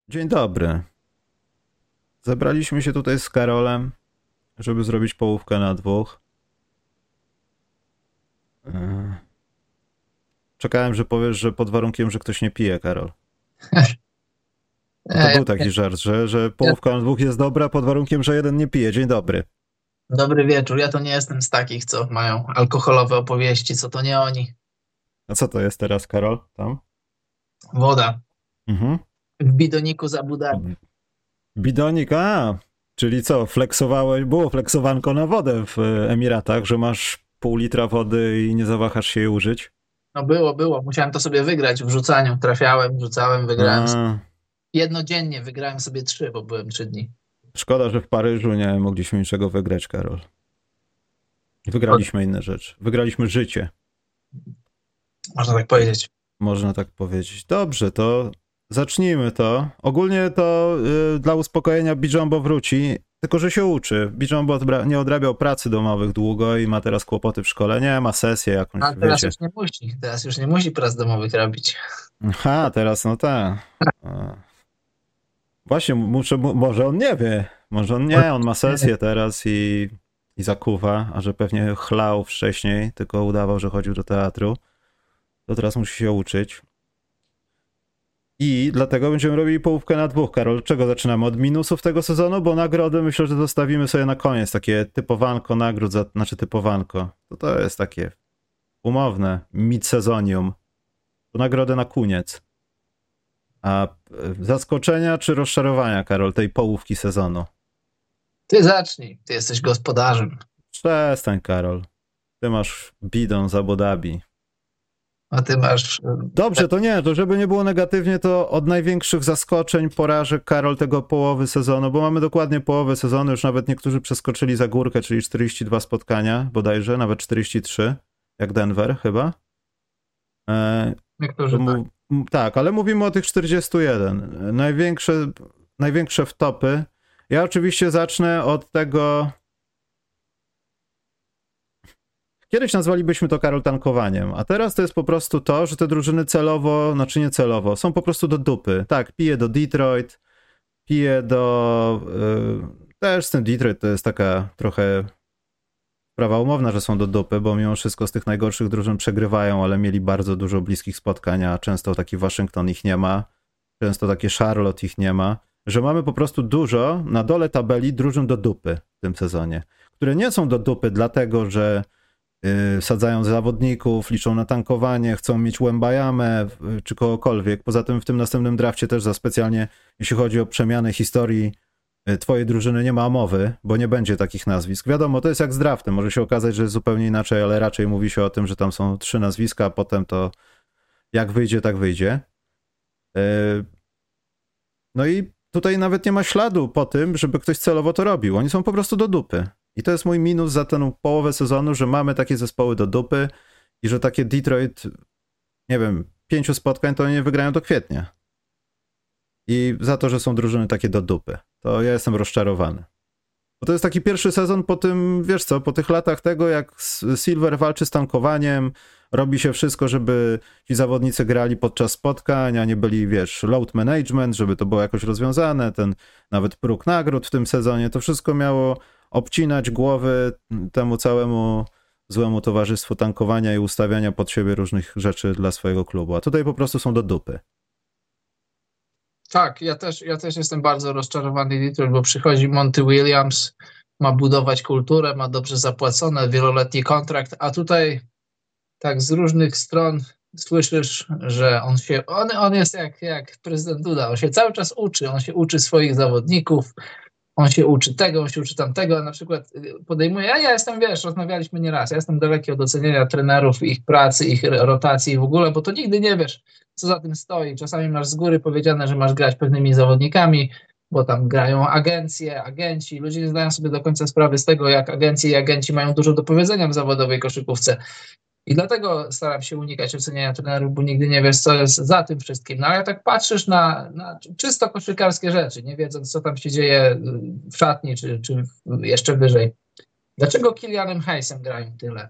Dzień dobry. Zebraliśmy się tutaj z Karolem, żeby zrobić połówkę na dwóch. Eee, Czekałem, że powiesz, że pod warunkiem, że ktoś nie pije, Karol. Bo to Ja, był taki żart, że ja, połówka na dwóch jest dobra pod warunkiem, że jeden nie pije. Dzień dobry. dobry wieczór. Ja to nie jestem z takich, co mają alkoholowe opowieści, co to nie oni. A co to jest teraz, Karol? Tam? Woda Mhm. w bidoniku z Abu Dhabi. Bidonik, czyli co, było fleksowanko na wodę w Emiratach, że masz pół litra wody i nie zawahasz się jej użyć? No było. Musiałem to sobie wygrać w rzucaniu. Trafiałem, rzucałem, wygrałem. A, Jednodziennie wygrałem sobie 3, bo byłem 3 dni. Szkoda, że w Paryżu nie mogliśmy niczego wygrać, Karol. Wygraliśmy inne rzeczy. Wygraliśmy życie, Można tak powiedzieć. można tak powiedzieć. Dobrze, to zacznijmy to. Ogólnie to dla uspokojenia Bijombo wróci, tylko że się uczy. Bijombo nie odrabiał pracy domowych długo i ma teraz kłopoty w szkole. Nie, ma sesję jakąś, A teraz wiecie. już nie musi. Teraz już nie musi prac domowych robić. Aha, teraz no tak. Właśnie, może on nie wie. Może on nie, on ma sesję teraz i zakuwa, a że pewnie chlał wcześniej, tylko udawał, że chodził do teatru. To teraz musi się uczyć. I dlatego będziemy robili połówkę na dwóch. Karol, czego zaczynamy? Od minusów tego sezonu? Bo nagrody myślę, że zostawimy sobie na koniec. Takie typowanko nagród, znaczy typowanko. To jest takie umowne, mid-sezonium. To nagrodę na koniec. A zaskoczenia czy rozczarowania, Karol, tej połówki sezonu? Ty zacznij. Ty jesteś gospodarzem. Przestań, Karol. Ty masz bidon z Abu Dhabi. A ty masz... Dobrze, to nie, to żeby nie było negatywnie, to od największych zaskoczeń, porażek, Karol, tego połowy sezonu, bo mamy dokładnie połowę sezonu, już nawet niektórzy przeskoczyli za górkę, czyli 42 spotkania bodajże, nawet 43, jak Denver chyba. To Niektórzy tak. tak, ale mówimy o tych 41. Największe wtopy. Ja oczywiście zacznę od tego. Kiedyś nazwalibyśmy to, Karol, tankowaniem, a teraz to jest po prostu to, że te drużyny celowo, znaczy nie celowo, są po prostu do dupy. Tak, piję do Detroit, piję do... też z tym Detroit to jest taka trochę sprawa umowna, że są do dupy, bo mimo wszystko z tych najgorszych drużyn przegrywają, ale mieli bardzo dużo bliskich spotkań, a często taki Waszyngton ich nie ma, często takie Charlotte ich nie ma, że mamy po prostu dużo na dole tabeli drużyn do dupy w tym sezonie, które nie są do dupy dlatego, że sadzają zawodników, liczą na tankowanie, chcą mieć Wembajamę czy kogokolwiek. Poza tym w tym następnym drafcie też za specjalnie, jeśli chodzi o przemianę historii twojej drużyny, nie ma mowy, bo nie będzie takich nazwisk. Wiadomo, to jest jak z draftem, może się okazać, że jest zupełnie inaczej, ale raczej mówi się o tym, że tam są 3 nazwiska, a potem to jak wyjdzie, tak wyjdzie. No i tutaj nawet nie ma śladu po tym, żeby ktoś celowo to robił. Oni są po prostu do dupy. I to jest mój minus za tę połowę sezonu, że mamy takie zespoły do dupy i że takie Detroit, nie wiem, 5 spotkań to nie wygrają do kwietnia. I za to, że są drużyny takie do dupy. To ja jestem rozczarowany. Bo to jest taki pierwszy sezon po tym, wiesz co, po tych latach tego, jak Silver walczy z tankowaniem, robi się wszystko, żeby ci zawodnicy grali podczas spotkań, a nie byli, wiesz, load management, żeby to było jakoś rozwiązane, ten nawet próg nagród w tym sezonie, to wszystko miało obcinać głowy temu całemu złemu towarzystwu tankowania i ustawiania pod siebie różnych rzeczy dla swojego klubu. A tutaj po prostu są do dupy. Tak, ja też jestem bardzo rozczarowany Detroit, bo przychodzi Monty Williams, ma budować kulturę, ma dobrze zapłacone, wieloletni kontrakt, a tutaj tak z różnych stron słyszysz, że on jest jak prezydent Duda, on się cały czas uczy, on się uczy swoich zawodników, on się uczy tego, on się uczy tamtego, a na przykład podejmuje, ja jestem, wiesz, rozmawialiśmy nieraz, ja jestem daleki od oceniania trenerów, ich pracy, ich rotacji i w ogóle, bo to nigdy nie wiesz, co za tym stoi. Czasami masz z góry powiedziane, że masz grać pewnymi zawodnikami, bo tam grają agencje, agenci, ludzie nie zdają sobie do końca sprawy z tego, jak agencje i agenci mają dużo do powiedzenia w zawodowej koszykówce. I dlatego staram się unikać oceniania trenerów, bo nigdy nie wiesz, co jest za tym wszystkim. No ale tak patrzysz na czysto koszykarskie rzeczy, nie wiedząc, co tam się dzieje w szatni, czy jeszcze wyżej. Dlaczego Kilianem Hayesem grają tyle?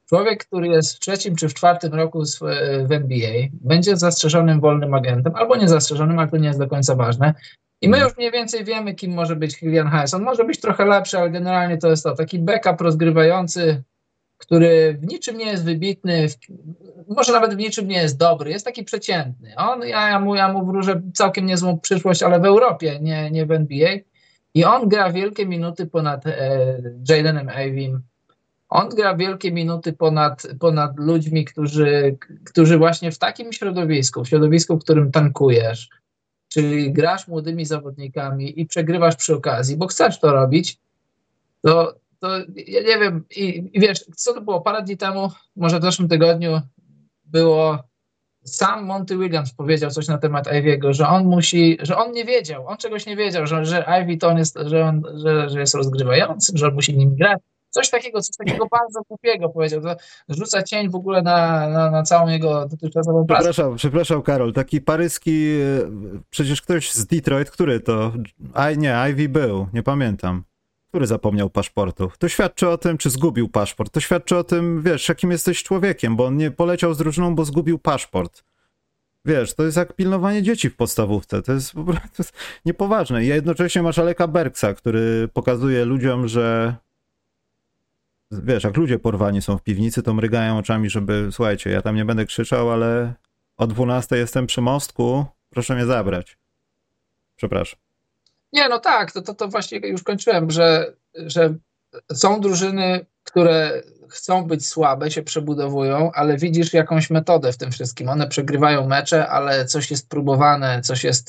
Człowiek, który jest w 3. czy w 4. roku w NBA, będzie zastrzeżonym wolnym agentem, albo niezastrzeżonym, ale to nie jest do końca ważne. I my już mniej więcej wiemy, kim może być Killian Hayes. On może być trochę lepszy, ale generalnie to jest to taki backup rozgrywający, który w niczym nie jest wybitny, może nawet w niczym nie jest dobry, jest taki przeciętny. Ja mu wróżę całkiem niezłą przyszłość, ale w Europie, nie w NBA. I on gra wielkie minuty ponad Jaylenem Ivym. On gra wielkie minuty ponad ludźmi, którzy właśnie w takim środowisku, w którym tankujesz, czyli grasz młodymi zawodnikami i przegrywasz przy okazji, bo chcesz to robić, to ja nie wiem, i wiesz, co to było parę dni temu, może w zeszłym tygodniu było, sam Monty Williams powiedział coś na temat Ivy'ego, że on nie wiedział, on czegoś nie wiedział, że Ivy to on jest, że jest rozgrywającym, że on musi nim grać. Coś takiego bardzo głupiego powiedział. To rzuca cień w ogóle na całą jego dotychczasową pracę. Przepraszam, Karol, taki paryski, przecież ktoś z Detroit, który to? Ivy był, nie pamiętam. Który zapomniał paszportu? To świadczy o tym, czy zgubił paszport. To świadczy o tym, wiesz, jakim jesteś człowiekiem, bo on nie poleciał z drużyną, bo zgubił paszport. Wiesz, to jest jak pilnowanie dzieci w podstawówce. To jest po prostu niepoważne. I jednocześnie masz Aleka Burksa, który pokazuje ludziom, że wiesz, jak ludzie porwani są w piwnicy, to mrygają oczami, żeby, słuchajcie, ja tam nie będę krzyczał, ale o 12 jestem przy mostku, proszę mnie zabrać. Przepraszam. Nie, no tak, to właśnie już kończyłem, że są drużyny, które chcą być słabe, się przebudowują, ale widzisz jakąś metodę w tym wszystkim. One przegrywają mecze, ale coś jest próbowane, coś jest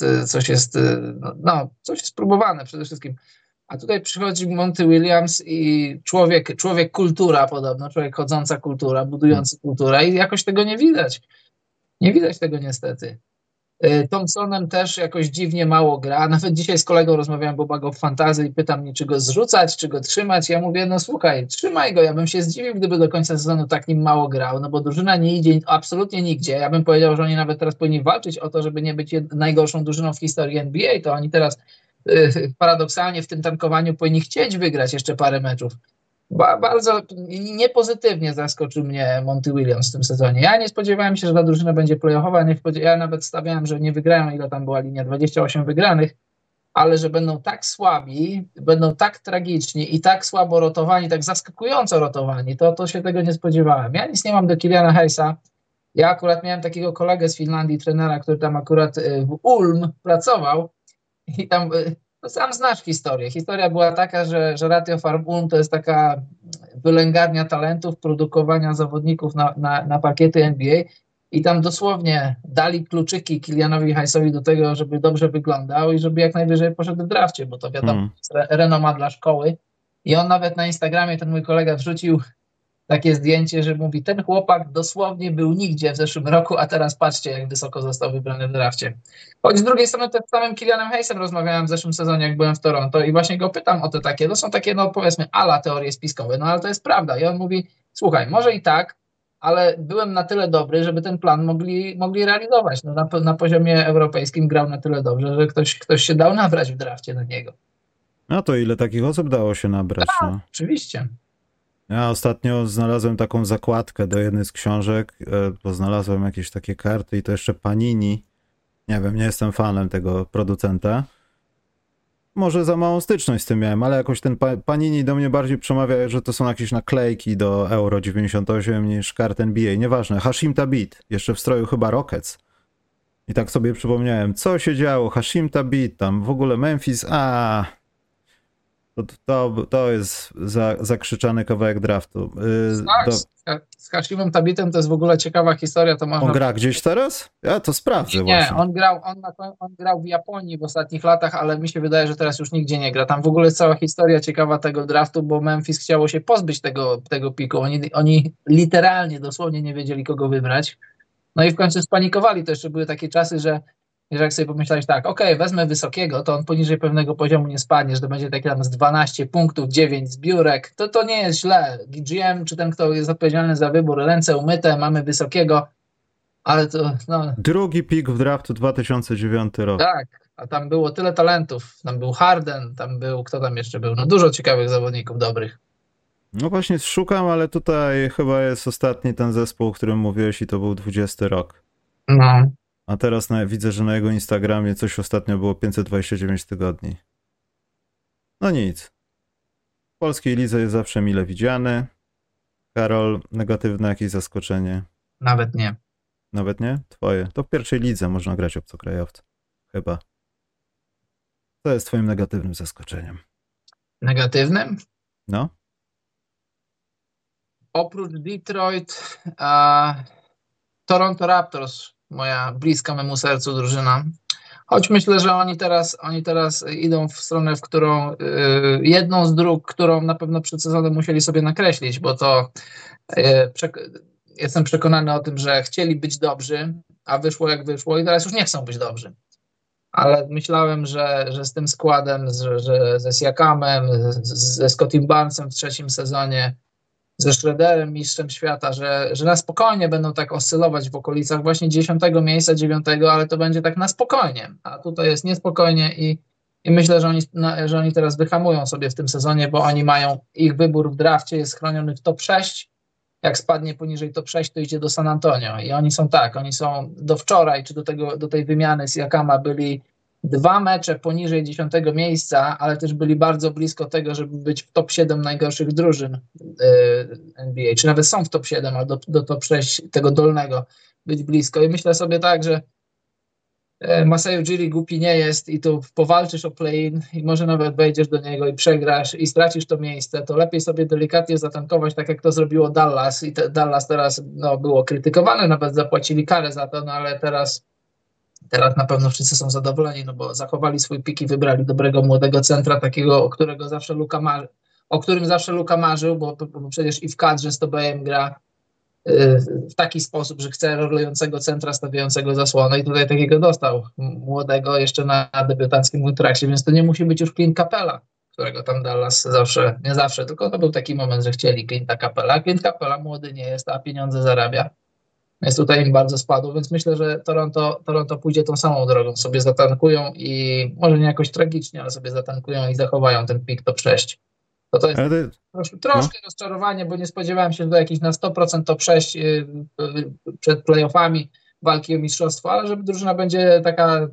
próbowane przede wszystkim. A tutaj przychodzi Monty Williams i człowiek kultura podobno, człowiek chodząca kultura, budujący kulturę i jakoś tego nie widać. Nie widać tego niestety. Thompsonem też jakoś dziwnie mało gra. Nawet dzisiaj z kolegą rozmawiałem, bo ma go w fantazji i pytam mnie, czy go zrzucać, czy go trzymać. Ja mówię, no słuchaj, trzymaj go. Ja bym się zdziwił, gdyby do końca sezonu tak nim mało grał, no bo drużyna nie idzie absolutnie nigdzie. Ja bym powiedział, że oni nawet teraz powinni walczyć o to, żeby nie być najgorszą drużyną w historii NBA. To oni teraz paradoksalnie w tym tankowaniu powinni chcieć wygrać jeszcze parę meczów. Bardzo niepozytywnie zaskoczył mnie Monty Williams w tym sezonie. Ja nie spodziewałem się, że ta drużyna będzie playoffowa. Ja nawet stawiałem, że nie wygrają, ile tam była linia, 28 wygranych, ale że będą tak słabi, będą tak tragiczni i tak słabo rotowani, tak zaskakująco rotowani, to się tego nie spodziewałem. Ja nic nie mam do Killiana Hayesa. Ja akurat miałem takiego kolegę z Finlandii, trenera, który tam akurat w Ulm pracował i tam... No sam znasz historię. Historia była taka, że Ratio Farm Ulm to jest taka wylęgarnia talentów, produkowania zawodników na pakiety NBA i tam dosłownie dali kluczyki Killianowi Hayesowi do tego, żeby dobrze wyglądał i żeby jak najwyżej poszedł w drafcie, bo to wiadomo, renoma dla szkoły. I on nawet na Instagramie, ten mój kolega wrzucił takie zdjęcie, że mówi, ten chłopak dosłownie był nigdzie w zeszłym roku, a teraz patrzcie, jak wysoko został wybrany w drafcie. Choć z drugiej strony też z samym Killianem Hayesem rozmawiałem w zeszłym sezonie, jak byłem w Toronto i właśnie go pytam o te takie, to są takie, no powiedzmy, teorie spiskowe, no ale to jest prawda. I on mówi, słuchaj, może i tak, ale byłem na tyle dobry, żeby ten plan mogli realizować. No na poziomie europejskim grał na tyle dobrze, że ktoś się dał nabrać w drafcie na niego. No to ile takich osób dało się nabrać? No. Oczywiście. Ja ostatnio znalazłem taką zakładkę do jednej z książek, bo znalazłem jakieś takie karty i to jeszcze Panini. Nie wiem, nie jestem fanem tego producenta. Może za małą styczność z tym miałem, ale jakoś ten Panini do mnie bardziej przemawia, że to są jakieś naklejki do Euro 98 niż kart NBA. Nieważne, Hashim Thabit, jeszcze w stroju chyba Rockets. I tak sobie przypomniałem, co się działo, Hashim Thabit, tam w ogóle Memphis, To jest zakrzyczany kawałek draftu. Z Hashimem Thabitem to jest w ogóle ciekawa historia. To można... On gra gdzieś teraz? Ja to sprawdzę właśnie. Nie, on grał w Japonii w ostatnich latach, ale mi się wydaje, że teraz już nigdzie nie gra. Tam w ogóle jest cała historia ciekawa tego draftu, bo Memphis chciało się pozbyć tego piku. Oni literalnie, dosłownie nie wiedzieli, kogo wybrać. No i w końcu spanikowali. To jeszcze były takie czasy, że jak sobie pomyślałeś tak, wezmę wysokiego, to on poniżej pewnego poziomu nie spadnie, że to będzie takie tam z 12 punktów, 9 zbiórek, to nie jest źle. GM, czy ten, kto jest odpowiedzialny za wybór, ręce umyte, mamy wysokiego, ale to... No. Drugi pik w draftu 2009 rok. Tak, a tam było tyle talentów. Tam był Harden, tam był, kto tam jeszcze był? No dużo ciekawych zawodników dobrych. No właśnie szukam, ale tutaj chyba jest ostatni ten zespół, o którym mówiłeś i to był 20 rok. No, A teraz widzę, że na jego Instagramie coś ostatnio było 529 tygodni. No nic. W polskiej lidze jest zawsze mile widziany. Karol, negatywne jakieś zaskoczenie? nawet nie. Nawet nie? Twoje. To w pierwszej lidze można grać obcokrajowca. Chyba. Co jest twoim negatywnym zaskoczeniem? Negatywnym? No? Oprócz Detroit, Toronto Raptors, moja bliska memu sercu drużyna. Choć myślę, że oni teraz idą w stronę, w którą jedną z dróg, którą na pewno przed sezonem musieli sobie nakreślić, bo to jestem przekonany o tym, że chcieli być dobrzy, a wyszło jak wyszło i teraz już nie chcą być dobrzy. Ale myślałem, że z tym składem, że ze Siakamem, ze Scottim Barnesem w trzecim sezonie, ze Schroederem, mistrzem świata, że na spokojnie będą tak oscylować w okolicach właśnie 10 miejsca, 9, ale to będzie tak na spokojnie. A tutaj jest niespokojnie i myślę, że oni teraz wyhamują sobie w tym sezonie, bo oni mają, ich wybór w drafcie jest chroniony w top 6. Jak spadnie poniżej top 6, to idzie do San Antonio. I oni są do wczoraj, czy do tej wymiany z Siakama byli 2 mecze poniżej 10 miejsca, ale też byli bardzo blisko tego, żeby być w top 7 najgorszych drużyn NBA, czy nawet są w top 7, ale do top 6 tego dolnego być blisko. I myślę sobie tak, że Masai Ujiri głupi nie jest i tu powalczysz o play-in i może nawet wejdziesz do niego i przegrasz i stracisz to miejsce, to lepiej sobie delikatnie zatankować, tak jak to zrobiło Dallas i Dallas teraz było krytykowane, nawet zapłacili karę za to, ale teraz na pewno wszyscy są zadowoleni, bo zachowali swój pik i wybrali dobrego młodego centra, takiego, o którym zawsze Luka marzył, bo przecież i w kadrze z Tobejem gra w taki sposób, że chce rolującego centra stawiającego zasłonę i tutaj takiego dostał młodego jeszcze na debiutanckim kontrakcie, więc to nie musi być już Clint Capela, którego tam Dallas nie zawsze, tylko to był taki moment, że chcieli Clint'a Capela. Clint Capela młody nie jest, a pieniądze zarabia. Więc tutaj im bardzo spadło, więc myślę, że Toronto pójdzie tą samą drogą, sobie zatankują i może nie jakoś tragicznie, ale sobie zatankują i zachowają ten pik top 6. To jest troszkę rozczarowanie, bo nie spodziewałem się do jakichś na 100% top 6 przed playoffami walki o mistrzostwo, ale żeby drużyna będzie taka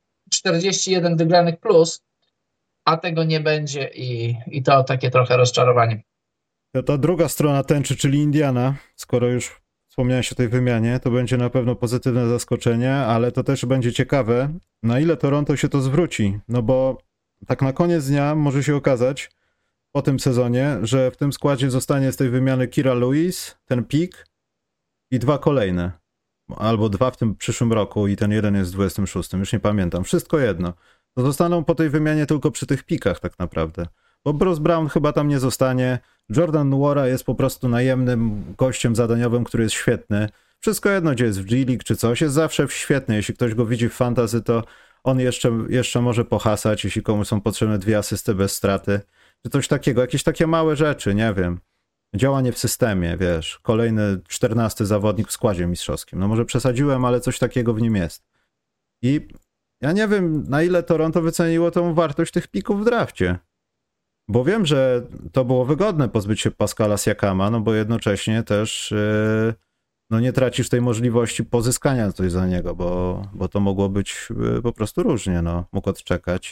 41 wygranych plus, a tego nie będzie i to takie trochę rozczarowanie. To ta druga strona tęczy, czyli Indiana, skoro już wspomniałeś o tej wymianie, to będzie na pewno pozytywne zaskoczenie, ale to też będzie ciekawe, na ile Toronto się to zwróci, no bo tak na koniec dnia może się okazać po tym sezonie, że w tym składzie zostanie z tej wymiany Kira Lewis, ten pik i 2 kolejne, albo 2 w tym przyszłym roku i ten jeden jest w 26, już nie pamiętam, wszystko jedno. To zostaną po tej wymianie tylko przy tych pikach tak naprawdę, bo Bruce Brown chyba tam nie zostanie, Jordan Nwora jest po prostu najemnym gościem zadaniowym, który jest świetny. Wszystko jedno, gdzie jest w G-League czy coś, jest zawsze świetny. Jeśli ktoś go widzi w fantasy, to on jeszcze może pohasać, jeśli komuś są potrzebne 2 asysty bez straty. Czy coś takiego, jakieś takie małe rzeczy, nie wiem. Działanie w systemie, wiesz. Kolejny 14 zawodnik w składzie mistrzowskim. No może przesadziłem, ale coś takiego w nim jest. I ja nie wiem, na ile Toronto wyceniło tą wartość tych pików w drafcie. Bo wiem, że to było wygodne pozbyć się Pascala Siakama, no bo jednocześnie też no nie tracisz tej możliwości pozyskania coś za niego, bo to mogło być po prostu różnie, no. Mógł odczekać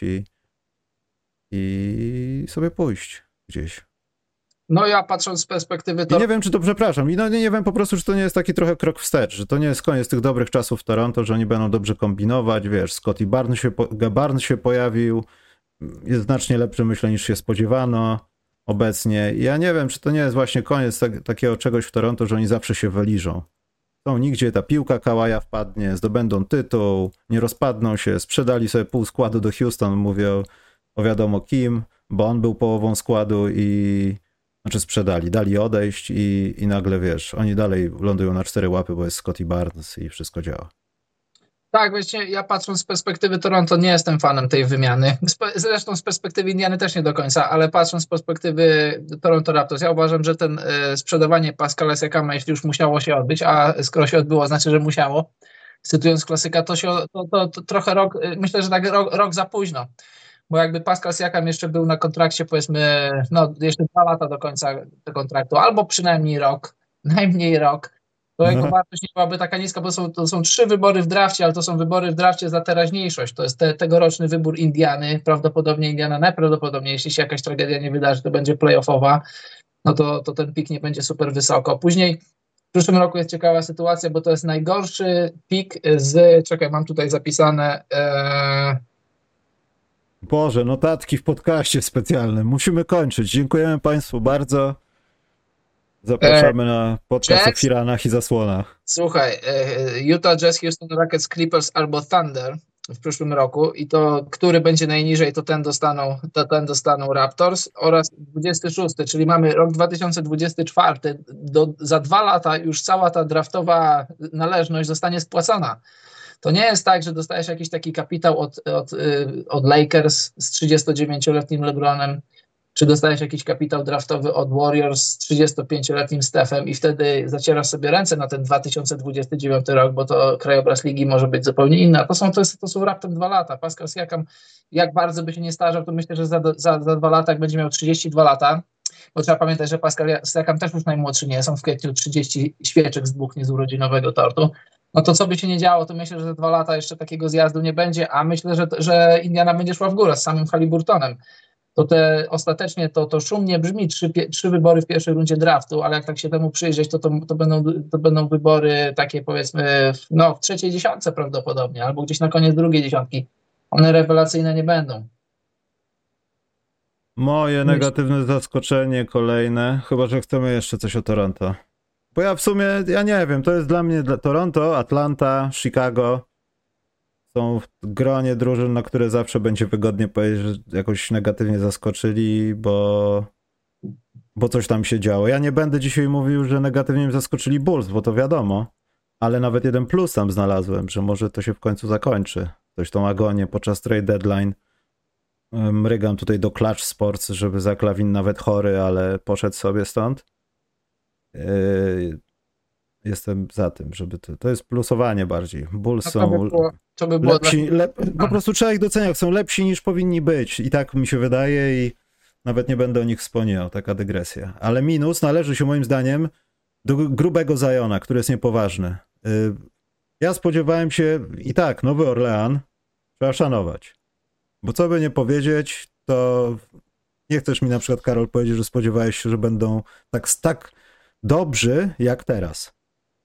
i sobie pójść gdzieś. No ja patrząc z perspektywy... I nie wiem, czy to, przepraszam, i no nie wiem po prostu, czy to nie jest taki trochę krok wstecz, że to nie jest koniec tych dobrych czasów w Toronto, że oni będą dobrze kombinować, wiesz, Scottie Barnes się pojawił, jest znacznie lepszy, myślę, niż się spodziewano obecnie. I ja nie wiem, czy to nie jest właśnie koniec takiego czegoś w Toronto, że oni zawsze się wyliżą. Są nigdzie, ta piłka Kałaja wpadnie, zdobędą tytuł, nie rozpadną się, sprzedali sobie pół składu do Houston, mówię o wiadomo kim, bo on był połową składu znaczy sprzedali, dali odejść i nagle, wiesz, oni dalej lądują na 4 łapy, bo jest Scottie Barnes i wszystko działa. Tak, wiecie, ja patrząc z perspektywy Toronto nie jestem fanem tej wymiany. Zresztą z perspektywy Indiany też nie do końca, ale patrząc z perspektywy Toronto Raptors, ja uważam, że sprzedawanie Pascala Siakama, jeśli już musiało się odbyć, a skoro się odbyło, znaczy, że musiało, cytując klasyka, to trochę myślę, że tak rok za późno. bo jakby Pascal Siakam jeszcze był na kontrakcie, powiedzmy, no jeszcze 2 lata do końca tego kontraktu, albo przynajmniej rok, najmniej rok, to jego wartość nie byłaby taka niska, bo to są 3 wybory w drafcie, ale to są wybory w drafcie za teraźniejszość. To jest tegoroczny wybór Indiany, prawdopodobnie Indiana najprawdopodobniej, jeśli się jakaś tragedia nie wydarzy, to będzie playoffowa, no to ten pik nie będzie super wysoko. Później w przyszłym roku jest ciekawa sytuacja, bo to jest najgorszy pik czekaj, mam tutaj zapisane, Boże, notatki w podcaście specjalnym. Musimy kończyć. Dziękujemy Państwu bardzo. Zapraszamy na podcast o firanach i zasłonach. Słuchaj, Utah Jazz, Houston Rockets, Clippers albo Thunder w przyszłym roku i to, który będzie najniżej, to ten dostaną Raptors, oraz 26, czyli mamy rok 2024, za 2 lata już cała ta draftowa należność zostanie spłacona. To nie jest tak, że dostajesz jakiś taki kapitał od Lakers z 39-letnim LeBronem, czy dostajesz jakiś kapitał draftowy od Warriors z 35-letnim Stephem i wtedy zacierasz sobie ręce na ten 2029 rok, bo to krajobraz ligi może być zupełnie inny. To są raptem 2 lata. Pascal Siakam, jak bardzo by się nie starzał, to myślę, że za 2 lata, jak będzie miał 32 lata, bo trzeba pamiętać, że Pascal Siakam też już najmłodszy nie jest, on w kwietniu 30 świeczek zbuchnie z urodzinowego tortu. No to co by się nie działo, to myślę, że za 2 lata jeszcze takiego zjazdu nie będzie, a myślę, że Indiana będzie szła w górę z samym Haliburtonem. Ostatecznie to szumnie brzmi, 3 wybory w pierwszej rundzie draftu, ale jak tak się temu przyjrzeć, to będą wybory takie, powiedzmy, w trzeciej dziesiątce prawdopodobnie, albo gdzieś na koniec drugiej dziesiątki. One rewelacyjne nie będą. Moje negatywne zaskoczenie kolejne, chyba że chcemy jeszcze coś o Toronto. Bo ja nie wiem, to jest dla mnie Toronto, Atlanta, Chicago są w gronie drużyn, na które zawsze będzie wygodnie powiedzieć, że jakoś negatywnie zaskoczyli, bo coś tam się działo. Ja nie będę dzisiaj mówił, że negatywnie mnie zaskoczyli Bulls, bo to wiadomo, ale nawet jeden plus tam znalazłem, że może to się w końcu zakończy. Coś tą agonię podczas trade deadline. Mrygam tutaj do Clutch Sports, żeby Zach LaVine nawet chory, ale poszedł sobie stąd. Jestem za tym, żeby to jest plusowanie bardziej. Bulls są lepsi, po prostu trzeba ich doceniać, są lepsi niż powinni być i tak mi się wydaje i nawet nie będę o nich wspomniał, taka dygresja. Ale minus należy się moim zdaniem do grubego Ziona, który jest niepoważny. Ja spodziewałem się i tak, Nowy Orlean trzeba szanować, bo co by nie powiedzieć, to nie chcesz mi na przykład, Karol, powiedzieć, że spodziewałeś się, że będą tak dobrzy jak teraz.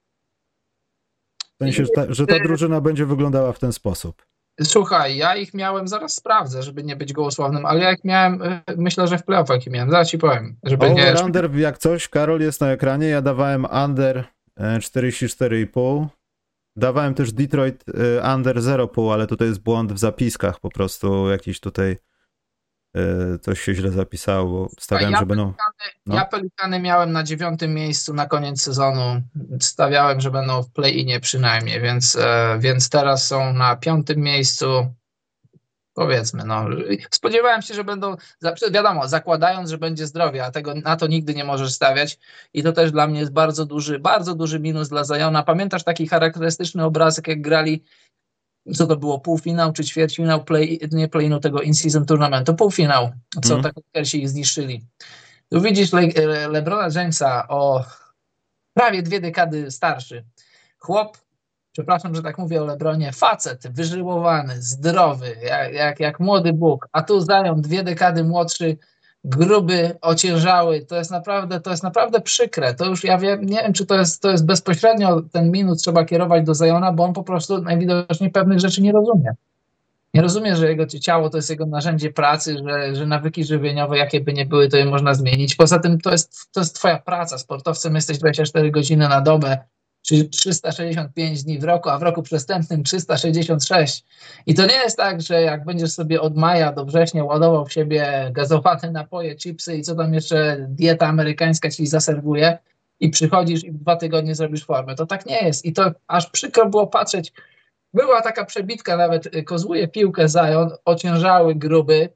W sensie, że ta drużyna będzie wyglądała w ten sposób. Słuchaj, ja ich miałem, zaraz sprawdzę, żeby nie być gołosłownym, ale ja ich miałem, myślę, że w playoffach ich miałem, zaraz ci powiem. Under jak coś, Karol, jest na ekranie, ja dawałem under 44,5, dawałem też Detroit under 0,5, ale tutaj jest błąd w zapiskach, po prostu jakiś tutaj coś się źle zapisało, bo stawiałem, że będą... Ja Pelicany miałem na 9. miejscu na koniec sezonu. Stawiałem, że będą w play-inie przynajmniej, więc teraz są na 5. miejscu. Powiedzmy, spodziewałem się, że będą, wiadomo, zakładając, że będzie zdrowie, a na to nigdy nie możesz stawiać i to też dla mnie jest bardzo duży minus dla Ziona. Pamiętasz taki charakterystyczny obrazek, jak grali, co to było, półfinał czy ćwierćfinał nie play-inu, tego in-season tournamentu, półfinał, co tak Lakersi ich zniszczyli. Tu widzisz LeBrona Jamesa o prawie 2 dekady starszy. Chłop, przepraszam, że tak mówię o LeBronie, facet, wyżyłowany, zdrowy, jak młody Bóg, a tu Zion 2 dekady młodszy, gruby, ociężały. To jest naprawdę przykre. To już ja wiem, nie wiem, czy to jest bezpośrednio ten minus trzeba kierować do Ziona, bo on po prostu najwidoczniej pewnych rzeczy nie rozumie. Nie rozumie, że jego ciało to jest jego narzędzie pracy, że nawyki żywieniowe, jakie by nie były, to je można zmienić. Poza tym to jest twoja praca. Sportowcem jesteś 24 godziny na dobę, czyli 365 dni w roku, a w roku przestępnym 366. I to nie jest tak, że jak będziesz sobie od maja do września ładował w siebie gazowane napoje, chipsy i co tam jeszcze dieta amerykańska ci zaserwuje i przychodzisz i w 2 tygodnie zrobisz formę. To tak nie jest. I to aż przykro było patrzeć. Była taka przebitka nawet, kozłuje piłkę Zion, ociężały, gruby,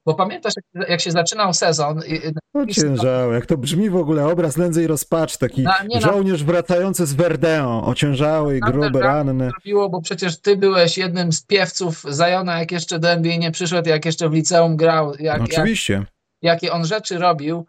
Bo pamiętasz, jak się zaczynał sezon... Ociężały, jak to brzmi w ogóle, obraz nędzy i rozpaczy, taki żołnierz wracający z Verdun, ociężały i gruby, ranny. Zrobiło, bo przecież ty byłeś jednym z piewców Zajona, jak jeszcze do NBA nie przyszedł, jak jeszcze w liceum grał. Oczywiście. Jakie on rzeczy robił,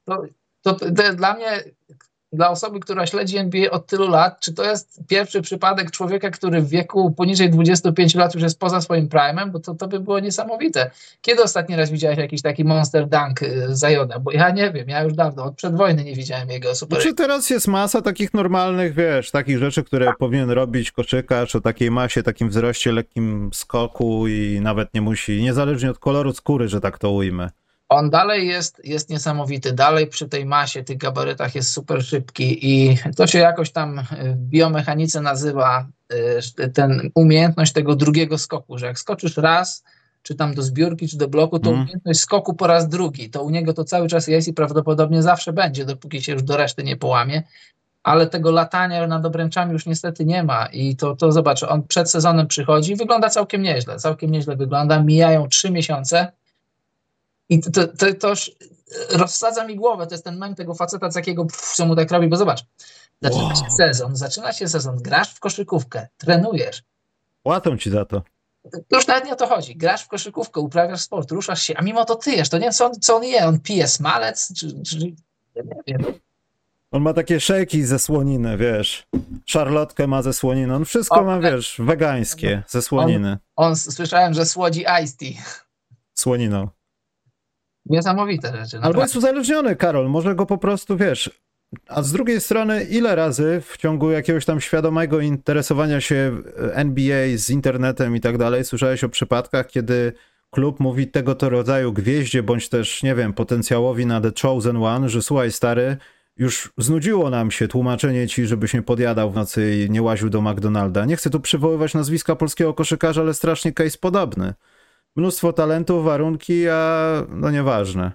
to dla mnie, dla osoby, która śledzi NBA od tylu lat, czy to jest pierwszy przypadek człowieka, który w wieku poniżej 25 lat już jest poza swoim prime'em, bo to by było niesamowite. Kiedy ostatni raz widziałeś jakiś taki monster dunk Zajona? Bo ja nie wiem, ja już dawno, od przed wojny nie widziałem jego super. Czy teraz jest masa takich normalnych, wiesz, takich rzeczy, które powinien robić koszykarz o takiej masie, takim wzroście, lekkim skoku i nawet nie musi, niezależnie od koloru skóry, że tak to ujmę. On dalej jest niesamowity, dalej przy tej masie, tych gabarytach jest super szybki i to się jakoś tam w biomechanice nazywa ten umiejętność tego drugiego skoku, że jak skoczysz raz, czy tam do zbiórki, czy do bloku, to umiejętność skoku po raz drugi, to u niego to cały czas jest i prawdopodobnie zawsze będzie, dopóki się już do reszty nie połamie, ale tego latania nad obręczami już niestety nie ma i to zobacz, on przed sezonem przychodzi i wygląda całkiem nieźle wygląda, mijają 3 miesiące, i to już rozsadza mi głowę, to jest ten mem tego faceta, z jakiego co mu tak robi, bo zobacz, zaczyna się sezon, grasz w koszykówkę, trenujesz. Płacą ci za to. To już nawet nie o to chodzi, grasz w koszykówkę, uprawiasz sport, ruszasz się, a mimo to tyjesz, to nie wiem co on je, on pije smalec, czy ja nie wiem. On ma takie szejki ze słoniny, wiesz, szarlotkę ma ze słoniny, on wszystko ma, wiesz, wegańskie ze słoniny. On słyszałem, że słodzi iced tea. Słoniną. Niesamowite rzeczy. Albo jest uzależniony, Karol, może go po prostu, wiesz, a z drugiej strony ile razy w ciągu jakiegoś tam świadomego interesowania się NBA z internetem i tak dalej słyszałeś o przypadkach, kiedy klub mówi tego to rodzaju gwieździe, bądź też, nie wiem, potencjałowi na The Chosen One, że słuchaj stary, już znudziło nam się tłumaczenie ci, żebyś nie podjadał w nocy i nie łaził do McDonalda. Nie chcę tu przywoływać nazwiska polskiego koszykarza, ale strasznie case podobny. Mnóstwo talentów, warunki, a no nieważne.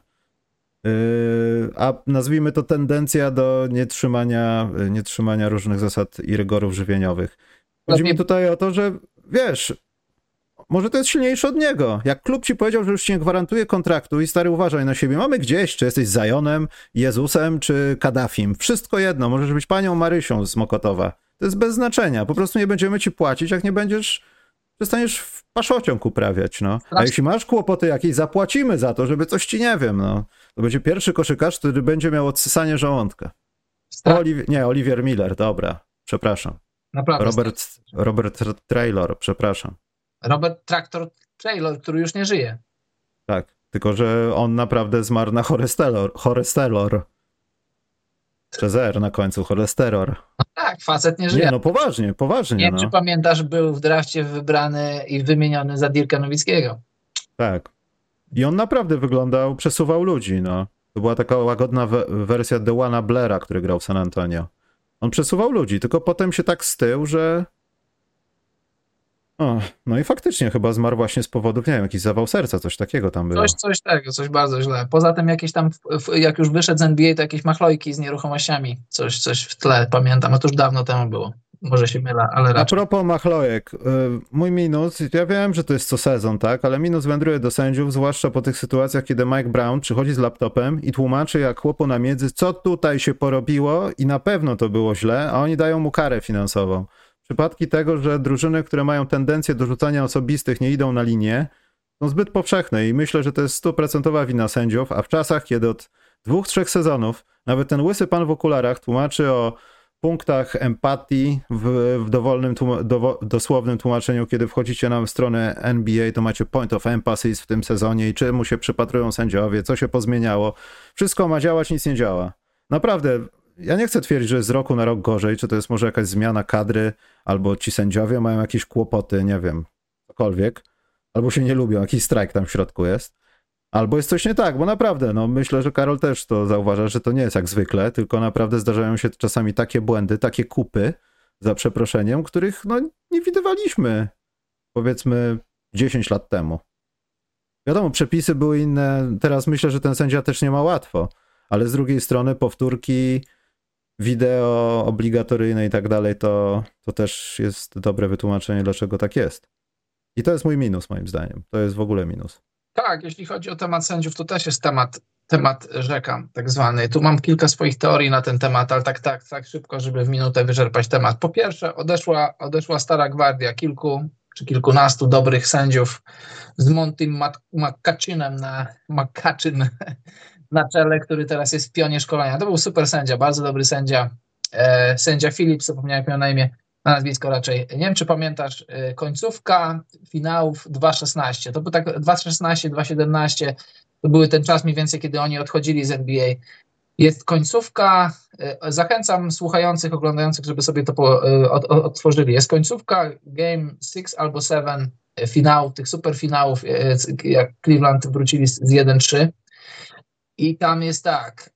A nazwijmy to tendencja do nietrzymania różnych zasad i rygorów żywieniowych. Chodzi mi tutaj o to, że wiesz, może to jest silniejsze od niego. Jak klub ci powiedział, że już ci nie gwarantuje kontraktu i stary uważaj na siebie, mamy gdzieś, czy jesteś Zajonem, Jezusem, czy Kaddafim. Wszystko jedno, możesz być panią Marysią z Mokotowa. To jest bez znaczenia. Po prostu nie będziemy ci płacić, jak nie przestaniesz w paszociąg uprawiać, no. A jeśli masz kłopoty jakieś, zapłacimy za to, żeby coś ci, nie wiem, no. To będzie pierwszy koszykarz, który będzie miał odsysanie żołądka. Oliver Miller, dobra, przepraszam. Naprawdę. Robert Traylor, przepraszam. Robert Tractor Traylor, który już nie żyje. Tak, tylko że on naprawdę zmarł na cholesterol. Przez R na końcu, cholesterol. No tak, facet nie żyje. Nie, no poważnie. Nie wiem, czy pamiętasz, był w drafcie wybrany i wymieniony za Dirka Nowickiego. Tak. I on naprawdę wyglądał, przesuwał ludzi, no. To była taka łagodna wersja Dewana Blaira, który grał w San Antonio. On przesuwał ludzi, tylko potem się tak stył, że... no i faktycznie chyba zmarł właśnie z powodów, nie wiem, jakiś zawał serca, coś takiego tam było. Coś bardzo źle. Poza tym jakieś tam, jak już wyszedł z NBA, to jakieś machlojki z nieruchomościami. Coś w tle, pamiętam, a to już dawno temu było. Może się mylę, ale raczej. A propos machlojek, mój minus, ja wiem, że to jest co sezon, tak, ale minus wędruje do sędziów, zwłaszcza po tych sytuacjach, kiedy Mike Brown przychodzi z laptopem i tłumaczy jak chłopu na miedzy, co tutaj się porobiło i na pewno to było źle, a oni dają mu karę finansową. Przypadki tego, że drużyny, które mają tendencję do rzucania osobistych, nie idą na linię, są zbyt powszechne i myślę, że to jest 100% wina sędziów, a w czasach, kiedy od 2-3 sezonów nawet ten łysy pan w okularach tłumaczy o punktach empatii w dosłownym tłumaczeniu, kiedy wchodzicie na stronę NBA, to macie point of emphasis w tym sezonie i czemu się przypatrują sędziowie, co się pozmieniało. Wszystko ma działać, nic nie działa. Naprawdę, ja nie chcę twierdzić, że jest z roku na rok gorzej, czy to jest może jakaś zmiana kadry, albo ci sędziowie mają jakieś kłopoty, nie wiem, cokolwiek, albo się nie lubią, jakiś strajk tam w środku jest. Albo jest coś nie tak, bo naprawdę, no myślę, że Karol też to zauważa, że to nie jest jak zwykle, tylko naprawdę zdarzają się czasami takie błędy, takie kupy, za przeproszeniem, których no nie widywaliśmy, powiedzmy 10 lat temu. Wiadomo, przepisy były inne, teraz myślę, że ten sędzia też nie ma łatwo, ale z drugiej strony powtórki, wideo obligatoryjne i tak dalej, to też jest dobre wytłumaczenie, dlaczego tak jest. I to jest mój minus, moim zdaniem. To jest w ogóle minus. Tak, jeśli chodzi o temat sędziów, to też jest temat rzeka tak zwany. Tu mam kilka swoich teorii na ten temat, ale tak szybko, żeby w minutę wyczerpać temat. Po pierwsze, odeszła stara gwardia, kilku czy kilkunastu dobrych sędziów z Montym McCutcheonem na czele, który teraz jest w pionie szkolenia. To był super sędzia, bardzo dobry sędzia. Sędzia Phillips, zapomniałem jak miał na imię, na nazwisko raczej. Nie wiem, czy pamiętasz, końcówka finałów 2.16. To był tak 2.16, 2.17. To były ten czas mniej więcej, kiedy oni odchodzili z NBA. Jest końcówka, zachęcam słuchających, oglądających, żeby sobie to odtworzyli. Jest końcówka Game 6 albo 7 finałów, tych superfinałów, jak Cleveland wrócili z 1-3. I tam jest tak,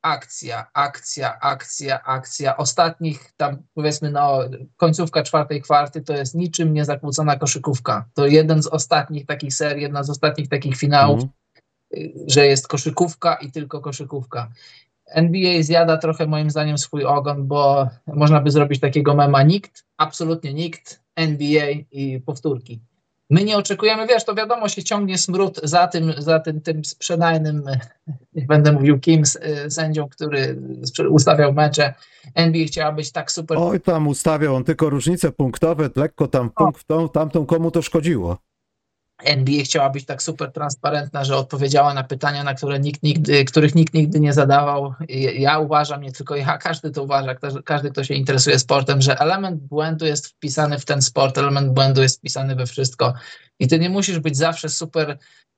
akcja. Ostatnich tam powiedzmy, końcówka czwartej kwarty to jest niczym niezakłócona koszykówka. To jeden z ostatnich takich serii, jedna z ostatnich takich finałów, że jest koszykówka i tylko koszykówka. NBA zjada trochę moim zdaniem swój ogon, bo można by zrobić takiego mema absolutnie nikt, NBA i powtórki. My nie oczekujemy, wiesz, to wiadomo, się ciągnie smród za tym sprzedajnym, nie będę mówił kim, sędzią, który ustawiał mecze. NBA chciała być tak super. Oj, tam ustawiał on tylko różnice punktowe, lekko tam punkt w tamtą, komu to szkodziło. NBA chciała być tak super transparentna, że odpowiedziała na pytania, na których nikt nigdy nie zadawał. Ja uważam, nie tylko ja, każdy to uważa, każdy, kto się interesuje sportem, że element błędu jest wpisany w ten sport, element błędu jest wpisany we wszystko. I ty nie musisz być zawsze super,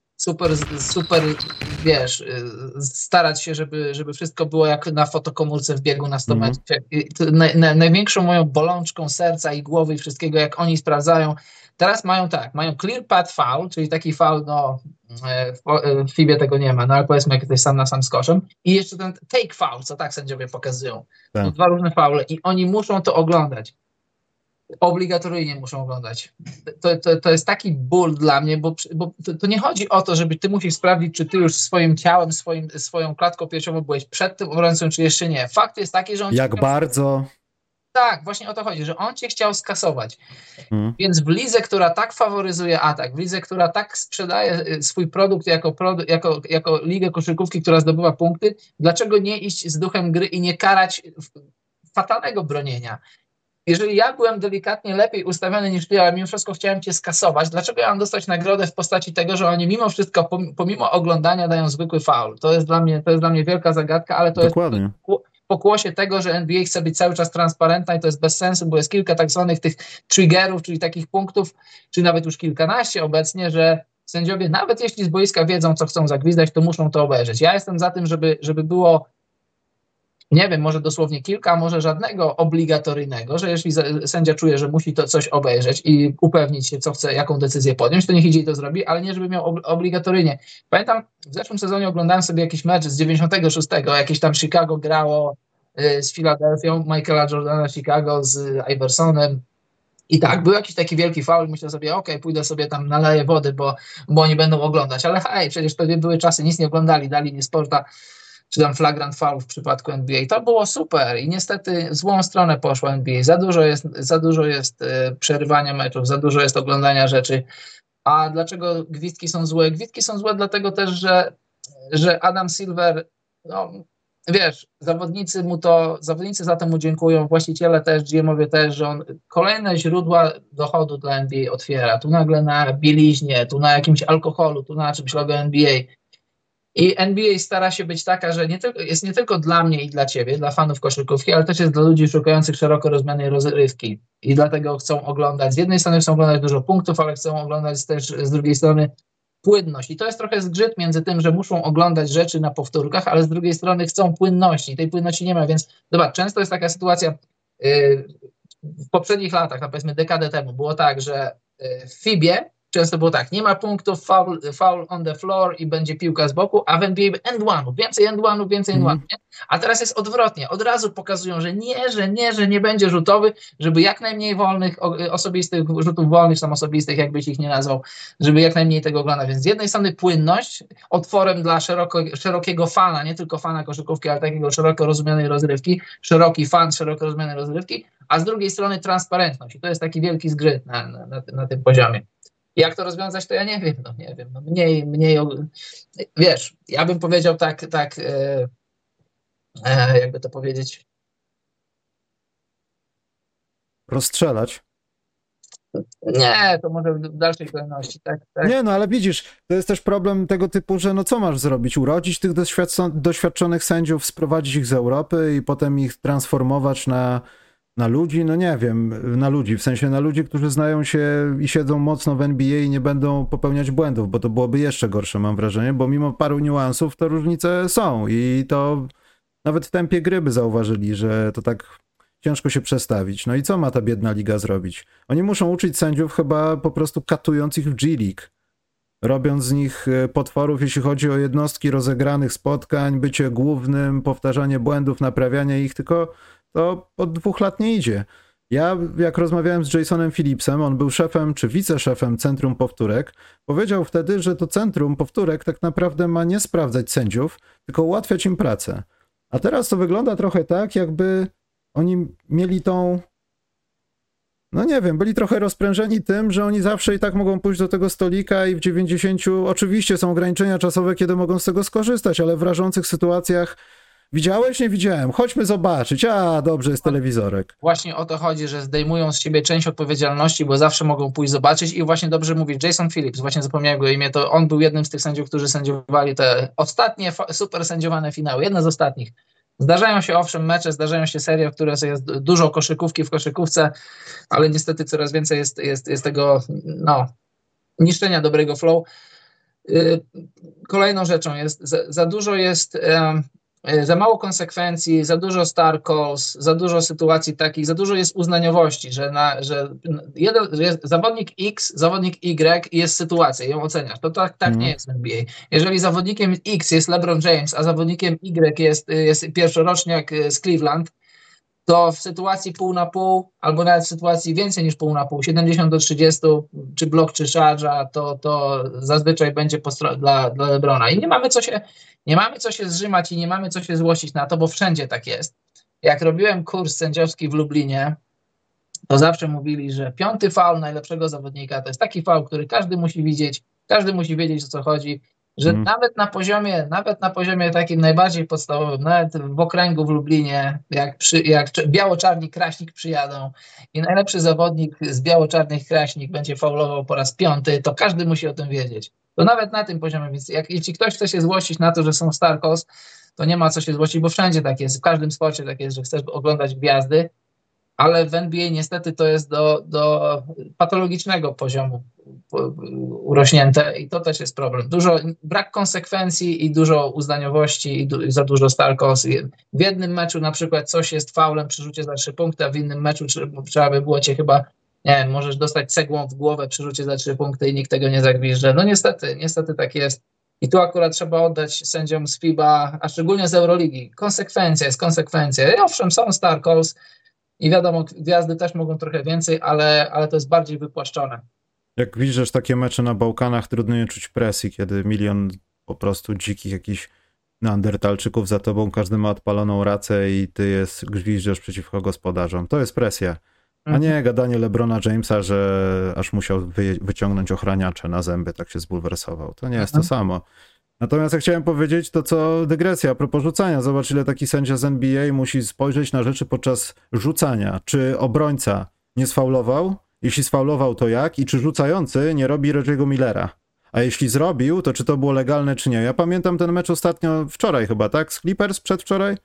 wiesz, starać się, żeby wszystko było jak na fotokomórce w biegu na 100 metrów. Największą moją bolączką serca i głowy i wszystkiego, jak oni sprawdzają, teraz mają clear path foul, czyli taki foul, w FIBie tego nie ma, ale powiedzmy, jak jesteś sam na sam z koszem, i jeszcze ten take foul, co tak sędziowie pokazują. Tak. To dwa różne faule i oni muszą to oglądać. Obligatoryjnie muszą oglądać. To jest taki ból dla mnie, bo to nie chodzi o to, żeby ty musisz sprawdzić, czy ty już swoim ciałem, swoją klatką piersiową byłeś przed tym obrońcą, czy jeszcze nie. Fakt jest taki, że on... Jak bardzo... Tak, właśnie o to chodzi, że on cię chciał skasować. Więc w lidze, która tak faworyzuje atak, w lidze, która tak sprzedaje swój produkt jako ligę koszykówki, która zdobywa punkty, dlaczego nie iść z duchem gry i nie karać fatalnego bronienia? Jeżeli ja byłem delikatnie lepiej ustawiony niż ty, ale mimo wszystko chciałem cię skasować, dlaczego ja mam dostać nagrodę w postaci tego, że oni mimo wszystko, pomimo oglądania dają zwykły faul? To jest dla mnie wielka zagadka, ale to Dokładnie. jest pokłosie tego, że NBA chce być cały czas transparentna i to jest bez sensu, bo jest kilka tak zwanych tych triggerów, czyli takich punktów, czy nawet już kilkanaście obecnie, że sędziowie, nawet jeśli z boiska wiedzą, co chcą zagwizdać, to muszą to obejrzeć. Ja jestem za tym, żeby było, nie wiem, może dosłownie kilka, może żadnego obligatoryjnego, że jeśli sędzia czuje, że musi to coś obejrzeć i upewnić się, co chce, jaką decyzję podjąć, to niech idzie i to zrobi, ale nie żeby miał obligatoryjnie. Pamiętam, w zeszłym sezonie oglądałem sobie jakiś mecz z 96, jakieś tam Chicago grało z Filadelfią, Michaela Jordana Chicago z Iversonem. I tak, był jakiś taki wielki faul, myślę sobie, okej, pójdę sobie tam naleję wody, bo oni będą oglądać, ale hej, przecież to były czasy, nic nie oglądali, dali mi sporta, czy tam flagrant foul w przypadku NBA. To było super i niestety w złą stronę poszło NBA. Za dużo jest przerywania meczów, za dużo jest oglądania rzeczy. A dlaczego gwizdki są złe? Gwizdki są złe dlatego też, że Adam Silver, wiesz, zawodnicy za to mu dziękują, właściciele też, GM-owie też, że on kolejne źródła dochodu dla NBA otwiera. Tu nagle na bieliźnie, tu na jakimś alkoholu, tu na czymś logo NBA. I NBA stara się być taka, że jest nie tylko dla mnie i dla ciebie, dla fanów koszykówki, ale też jest dla ludzi szukających szeroko rozumianej rozrywki. I dlatego chcą oglądać, z jednej strony chcą oglądać dużo punktów, ale chcą oglądać też z drugiej strony płynność. I to jest trochę zgrzyt między tym, że muszą oglądać rzeczy na powtórkach, ale z drugiej strony chcą płynności. Tej płynności nie ma, więc zobacz, często jest taka sytuacja w poprzednich latach, powiedzmy dekadę temu, było tak, że w FIBie często było tak, nie ma punktów, foul on the floor i będzie piłka z boku, a w NBA end one'ów, więcej end one'ów, nie? A teraz jest odwrotnie. Od razu pokazują, że nie będzie rzutowy, żeby jak najmniej wolnych, osobistych, rzutów wolnych, tam osobistych, jakbyś ich nie nazwał, żeby jak najmniej tego oglądać. Więc z jednej strony płynność, otworem dla szerokiego fana, nie tylko fana koszykówki, ale takiego szeroko rozumianej rozrywki, szeroki fan szeroko rozumianej rozrywki, a z drugiej strony transparentność. I to jest taki wielki zgrzyt na tym poziomie. Jak to rozwiązać, to ja nie wiem, nie wiem. Wiesz, ja bym powiedział tak, jakby to powiedzieć. Rozstrzelać. Nie, to może w dalszej kolejności, tak. Nie, no ale widzisz, to jest też problem tego typu, że no co masz zrobić? Urodzić tych doświadczonych sędziów, sprowadzić ich z Europy i potem ich transformować na ludzi? No nie wiem, na ludzi, w sensie na ludzi, którzy znają się i siedzą mocno w NBA i nie będą popełniać błędów, bo to byłoby jeszcze gorsze, mam wrażenie, bo mimo paru niuansów to różnice są i to nawet w tempie gry by zauważyli, że to tak ciężko się przestawić. No i co ma ta biedna liga zrobić? Oni muszą uczyć sędziów chyba po prostu katując ich w G-League, robiąc z nich potworów, jeśli chodzi o jednostki rozegranych spotkań, bycie głównym, powtarzanie błędów, naprawianie ich, tylko to od 2 lat nie idzie. Ja, jak rozmawiałem z Jasonem Phillipsem, on był szefem czy wiceszefem Centrum Powtórek, powiedział wtedy, że to Centrum Powtórek tak naprawdę ma nie sprawdzać sędziów, tylko ułatwiać im pracę. A teraz to wygląda trochę tak, jakby oni mieli tą, no nie wiem, byli trochę rozprężeni tym, że oni zawsze i tak mogą pójść do tego stolika i w 90, oczywiście są ograniczenia czasowe, kiedy mogą z tego skorzystać, ale w rażących sytuacjach widziałeś? Nie widziałem. Chodźmy zobaczyć. A, dobrze, jest telewizorek. Właśnie o to chodzi, że zdejmują z siebie część odpowiedzialności, bo zawsze mogą pójść zobaczyć i właśnie dobrze mówisz, Jason Phillips, właśnie zapomniałem jego imię, to on był jednym z tych sędziów, którzy sędziowali te ostatnie super sędziowane finały, jedne z ostatnich. Zdarzają się owszem mecze, zdarzają się serie, w których jest dużo koszykówki w koszykówce, ale niestety coraz więcej jest tego niszczenia dobrego flow. Kolejną rzeczą jest, za dużo jest, za mało konsekwencji, za dużo star calls, za dużo sytuacji takich, za dużo jest uznaniowości, że zawodnik X, zawodnik Y i jest sytuacja, ją oceniasz. To tak nie jest w NBA. Jeżeli zawodnikiem X jest LeBron James, a zawodnikiem Y jest pierwszoroczniak z Cleveland, to w sytuacji pół na pół, albo nawet w sytuacji więcej niż pół na pół, 70-30, czy blok, czy szarża, to zazwyczaj będzie dla LeBrona. I nie mamy co się zrzymać i nie mamy co się złościć na to, bo wszędzie tak jest. Jak robiłem kurs sędziowski w Lublinie, to zawsze mówili, że 5. faul najlepszego zawodnika to jest taki faul, który każdy musi widzieć, każdy musi wiedzieć, o co chodzi, że nawet na poziomie takim najbardziej podstawowym, nawet w okręgu w Lublinie, jak biało-czarni Kraśnik przyjadą i najlepszy zawodnik z biało-czarnych Kraśnik będzie faulował po raz 5, to każdy musi o tym wiedzieć. To nawet na tym poziomie, więc jeśli ktoś chce się złościć na to, że są star calls, to nie ma co się złościć, bo wszędzie tak jest, w każdym sporcie tak jest, że chcesz oglądać gwiazdy, ale w NBA niestety to jest do patologicznego poziomu urośnięte i to też jest problem. Brak konsekwencji i dużo uznaniowości i za dużo star calls. W jednym meczu na przykład coś jest faulem przy rzucie za 3 punkty, a w innym meczu trzeba by było cię chyba, nie wiem, możesz dostać cegłą w głowę przy rzucie za 3 punkty i nikt tego nie zagwizdże. No niestety tak jest. I tu akurat trzeba oddać sędziom z FIBA, a szczególnie z Euroligi. Konsekwencja jest konsekwencja. I owszem, są star calls, i wiadomo, gwiazdy też mogą trochę więcej, ale to jest bardziej wypłaszczone. Jak widzisz takie mecze na Bałkanach, trudno nie czuć presji, kiedy milion po prostu dzikich jakichś neandertalczyków za tobą, każdy ma odpaloną racę i ty gwiżdżasz przeciwko gospodarzom. To jest presja. A nie gadanie LeBrona Jamesa, że aż musiał wyciągnąć ochraniacze na zęby, tak się zbulwersował. To nie jest to samo. Natomiast ja chciałem powiedzieć to, co dygresja a propos rzucania. Zobacz, ile taki sędzia z NBA musi spojrzeć na rzeczy podczas rzucania. Czy obrońca nie sfaulował? Jeśli sfaulował, to jak? I czy rzucający nie robi Reggie'ego Millera? A jeśli zrobił, to czy to było legalne, czy nie? Ja pamiętam ten mecz ostatnio, wczoraj chyba, tak? Z Clippers przedwczoraj?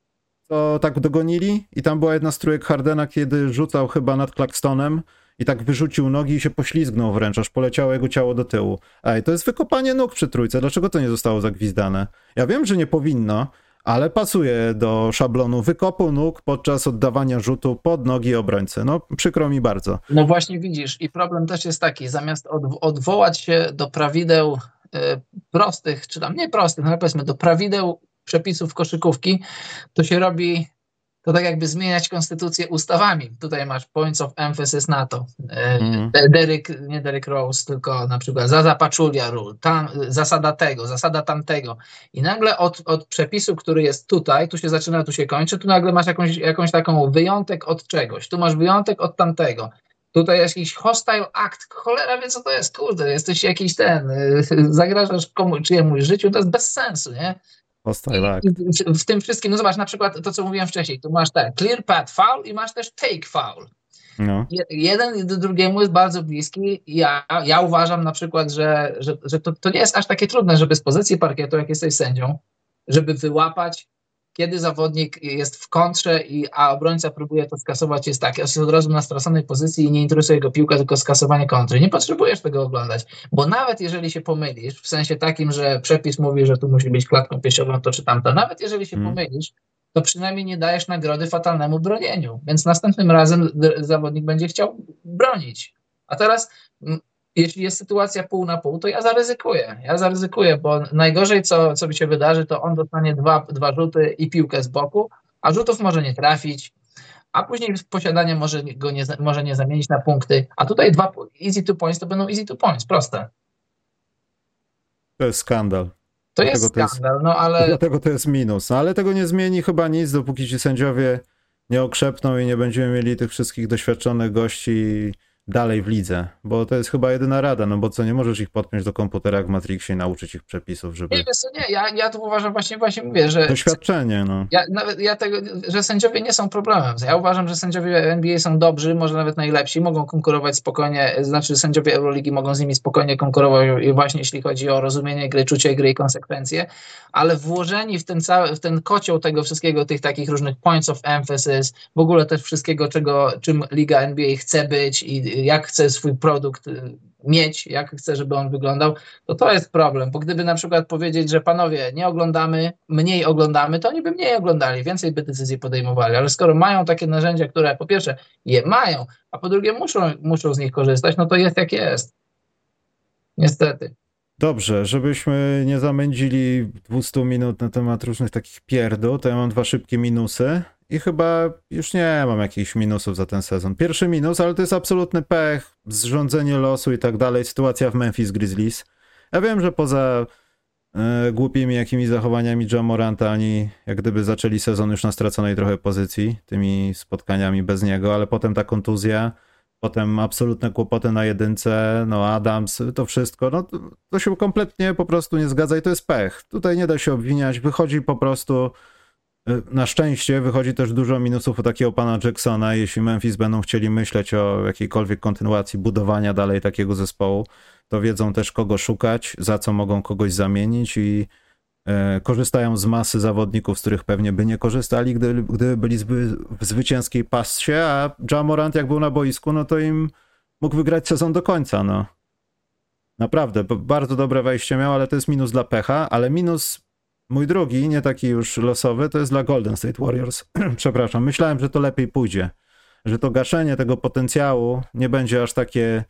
To tak dogonili i tam była jedna z trójek Hardena, kiedy rzucał chyba nad Claxtonem i tak wyrzucił nogi i się poślizgnął wręcz, aż poleciało jego ciało do tyłu. Ej, to jest wykopanie nóg przy trójce. Dlaczego to nie zostało zagwizdane? Ja wiem, że nie powinno, ale pasuje do szablonu wykopu nóg podczas oddawania rzutu pod nogi obrońcy. No, przykro mi bardzo. No właśnie widzisz, i problem też jest taki, zamiast odwołać się do prawideł prostych, czy tam nie prostych, no ale powiedzmy do prawideł przepisów koszykówki, to się robi to tak jakby zmieniać konstytucję ustawami. Tutaj masz points of emphasis na to. Nie Derrick Rose, tylko na przykład Zaza Pachulia rule, tam zasada tego, zasada tamtego. I nagle od przepisu, który jest tutaj, tu się zaczyna, tu się kończy, tu nagle masz jakąś taką wyjątek od czegoś, tu masz wyjątek od tamtego. Tutaj jakiś hostile act, cholera wie co to jest, kurde, jesteś jakiś zagrażasz czyjemuś życiu, to jest bez sensu, nie? Hostile I act. w tym wszystkim, no zobacz, na przykład to, co mówiłem wcześniej, tu masz clear path foul i masz też take foul. No. Jeden do drugiemu jest bardzo bliski. Ja uważam na przykład, że to nie jest aż takie trudne, żeby z pozycji parkietu, jak jesteś sędzią, żeby wyłapać, kiedy zawodnik jest w kontrze, a obrońca próbuje to skasować, jest od razu na straconej pozycji i nie interesuje go piłka, tylko skasowanie kontry. Nie potrzebujesz tego oglądać, bo nawet jeżeli się pomylisz, w sensie takim, że przepis mówi, że tu musi być klatką piersiową, to czy tamto, nawet jeżeli się pomylisz, to przynajmniej nie dajesz nagrody fatalnemu bronieniu, więc następnym razem zawodnik będzie chciał bronić. A teraz, jeśli jest sytuacja pół na pół, to ja zaryzykuję, bo najgorzej, co mi się wydarzy, to on dostanie dwa rzuty i piłkę z boku, a rzutów może nie trafić, a później posiadanie może nie zamienić na punkty, a tutaj dwa easy two points to będą easy two points, proste. To jest skandal. To jest skandal, no ale... Dlatego to jest minus. No, ale tego nie zmieni chyba nic, dopóki ci sędziowie nie okrzepną i nie będziemy mieli tych wszystkich doświadczonych gości dalej w lidze. Bo to jest chyba jedyna rada, no bo co, nie możesz ich podpiąć do komputera jak w Matrixie i nauczyć ich przepisów, żeby... Ja tu uważam, właśnie mówię, że... Doświadczenie, no. Że sędziowie nie są problemem. Ja uważam, że sędziowie NBA są dobrzy, może nawet najlepsi, mogą konkurować spokojnie, znaczy sędziowie Euroligi mogą z nimi spokojnie konkurować właśnie jeśli chodzi o rozumienie gry, czucie gry i konsekwencje, ale włożeni w ten kocioł tego wszystkiego, tych takich różnych points of emphasis, w ogóle też wszystkiego, czym Liga NBA chce być i jak chce swój produkt mieć, jak chce, żeby on wyglądał, to jest problem, bo gdyby na przykład powiedzieć, że panowie nie oglądamy, mniej oglądamy, to oni by mniej oglądali, więcej by decyzji podejmowali, ale skoro mają takie narzędzia, które po pierwsze je mają, a po drugie muszą z nich korzystać, no to jest jak jest. Niestety. Dobrze, żebyśmy nie zamędzili 200 minut na temat różnych takich pierdół, to ja mam 2 szybkie minusy i chyba już nie mam jakichś minusów za ten sezon. Pierwszy minus, ale to jest absolutny pech, zrządzenie losu i tak dalej, sytuacja w Memphis Grizzlies. Ja wiem, że poza głupimi jakimiś zachowaniami Ja Moranta oni jak gdyby zaczęli sezon już na straconej trochę pozycji, tymi spotkaniami bez niego, ale potem ta kontuzja, potem absolutne kłopoty na jedynce, no Adams, to wszystko, no to się kompletnie po prostu nie zgadza i to jest pech. Tutaj nie da się obwiniać, wychodzi po prostu, na szczęście wychodzi też dużo minusów u takiego pana Jacksona, jeśli Memphis będą chcieli myśleć o jakiejkolwiek kontynuacji budowania dalej takiego zespołu, to wiedzą też kogo szukać, za co mogą kogoś zamienić i korzystają z masy zawodników, z których pewnie by nie korzystali, gdyby byli w zwycięskiej passie, a Ja Morant jak był na boisku, no to im mógł wygrać sezon do końca, no. Naprawdę, bardzo dobre wejście miał, ale to jest minus dla pecha, ale minus mój drugi, nie taki już losowy, to jest dla Golden State Warriors. Przepraszam, myślałem, że to lepiej pójdzie, że to gaszenie tego potencjału nie będzie aż takie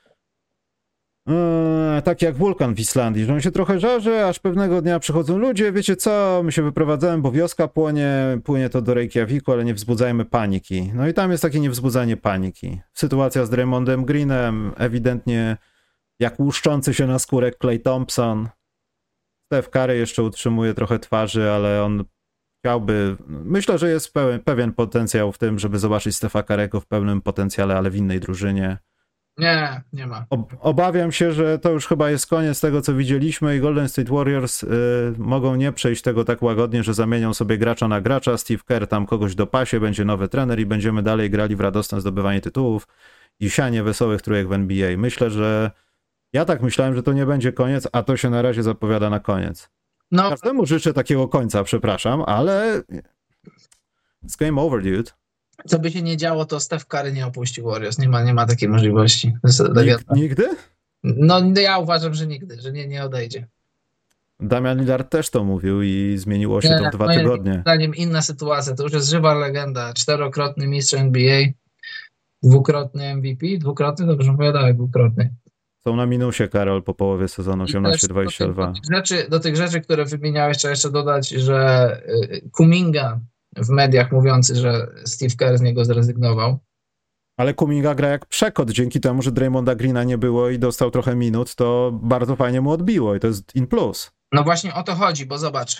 tak jak wulkan w Islandii, że on się trochę żarzy, aż pewnego dnia przychodzą ludzie, wiecie co, my się wyprowadzamy, bo wioska płynie to do Reykjaviku, ale nie wzbudzajmy paniki. No i tam jest takie niewzbudzanie paniki. Sytuacja z Draymondem Greenem, ewidentnie jak łuszczący się na skórek Klay Thompson. Steph Curry jeszcze utrzymuje trochę twarzy, ale on chciałby, myślę, że jest pewien potencjał w tym, żeby zobaczyć Stepha Curry'ego w pełnym potencjale, ale w innej drużynie. Nie ma. Obawiam się, że to już chyba jest koniec tego, co widzieliśmy i Golden State Warriors mogą nie przejść tego tak łagodnie, że zamienią sobie gracza na gracza, Steve Kerr tam kogoś dopasie, będzie nowy trener i będziemy dalej grali w radosne zdobywanie tytułów i sianie wesołych trójek w NBA. Myślę, że ja tak myślałem, że to nie będzie koniec, a to się na razie zapowiada na koniec. No. Każdemu życzę takiego końca, przepraszam, ale it's game over, dude. Co by się nie działo, to Steph Curry nie opuści Warriors. Nie ma takiej możliwości. Nigdy? No ja uważam, że nigdy, że nie odejdzie. Damian Lillard też to mówił i zmieniło się to w 2 tygodnie. Zdaniem inna sytuacja. To już jest żywa legenda. 4-krotny mistrz NBA, 2-krotny MVP, dobrze mówię, tak, 2-krotny. Są na minusie, Karol, po połowie sezonu 18-22. Do tych rzeczy, które wymieniałeś, trzeba jeszcze dodać, że Kuminga w mediach mówiący, że Steve Kerr z niego zrezygnował. Ale Kuminga gra jak przekot, dzięki temu, że Draymonda Greena nie było i dostał trochę minut, to bardzo fajnie mu odbiło i to jest in plus. No właśnie o to chodzi, bo zobacz,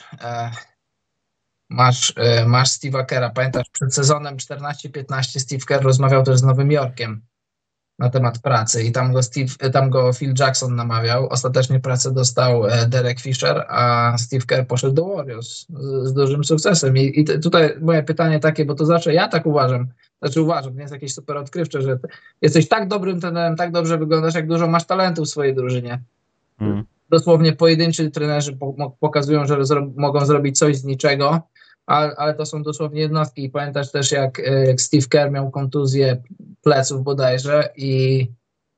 masz Steve'a Kerra, pamiętasz, przed sezonem 14-15 Steve Kerr rozmawiał też z Nowym Jorkiem na temat pracy i tam go Phil Jackson namawiał. Ostatecznie pracę dostał Derek Fisher, a Steve Kerr poszedł do Warriors z dużym sukcesem. I tutaj moje pytanie takie, bo to zawsze ja tak uważam, nie jest jakieś super odkrywcze, że jesteś tak dobrym trenerem, tak dobrze wyglądasz, jak dużo masz talentu w swojej drużynie. Dosłownie pojedynczy trenerzy pokazują, że mogą zrobić coś z niczego, ale to są dosłownie jednostki. I pamiętasz też, jak Steve Kerr miał kontuzję pleców bodajże i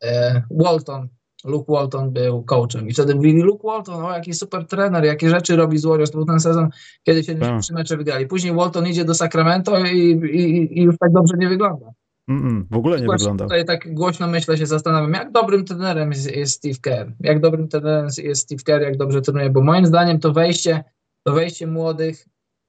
Luke Walton był coachem. I wtedy mówili, Luke Walton, jaki super trener, jakie rzeczy robi z Warriors. To był ten sezon, kiedy 73 mecze wygrali. Później Walton idzie do Sacramento i już tak dobrze nie wygląda. W ogóle nie wygląda. Tutaj tak głośno myślę, się zastanawiam, jak dobrym trenerem jest Steve Kerr. Jak dobrym trenerem jest Steve Kerr, jak dobrze trenuje, bo moim zdaniem to wejście młodych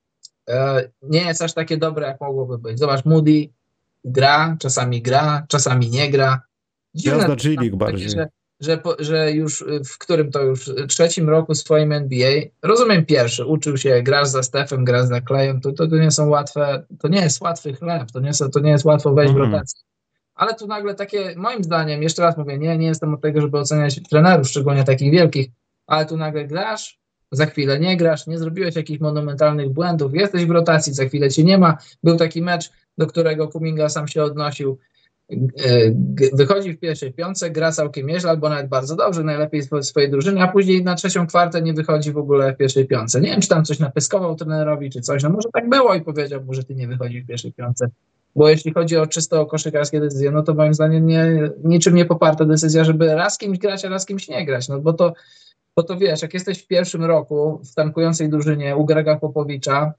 nie jest aż takie dobre, jak mogłoby być. Zobacz, Moody gra, czasami nie gra. Gwiazda G-League bardziej. Że już w którym to już trzecim roku swoim NBA, rozumiem pierwszy, uczył się, grasz za Stephem, grasz za Clayem, to nie są łatwe, to nie jest łatwy chleb, to nie jest łatwo wejść w rotację. Ale tu nagle takie, moim zdaniem, jeszcze raz mówię, nie jestem od tego, żeby oceniać trenerów, szczególnie takich wielkich, ale tu nagle grasz, za chwilę nie grasz, nie zrobiłeś jakichś monumentalnych błędów, jesteś w rotacji, za chwilę cię nie ma. Był taki mecz, do którego Kuminga sam się odnosił, wychodzi w pierwszej piątce, gra całkiem nieźle, albo nawet bardzo dobrze, najlepiej w swojej drużynie, a później na trzecią kwartę nie wychodzi w ogóle w pierwszej piątce. Nie wiem, czy tam coś napyskował trenerowi, czy coś, no może tak było i powiedział mu, że ty nie wychodzisz w pierwszej piątce. Bo jeśli chodzi o czysto koszykarskie decyzje, no to moim zdaniem niczym nie poparta decyzja, żeby raz kimś grać, a raz kimś nie grać. No bo to wiesz, jak jesteś w pierwszym roku w tankującej drużynie u Grega Popowicza,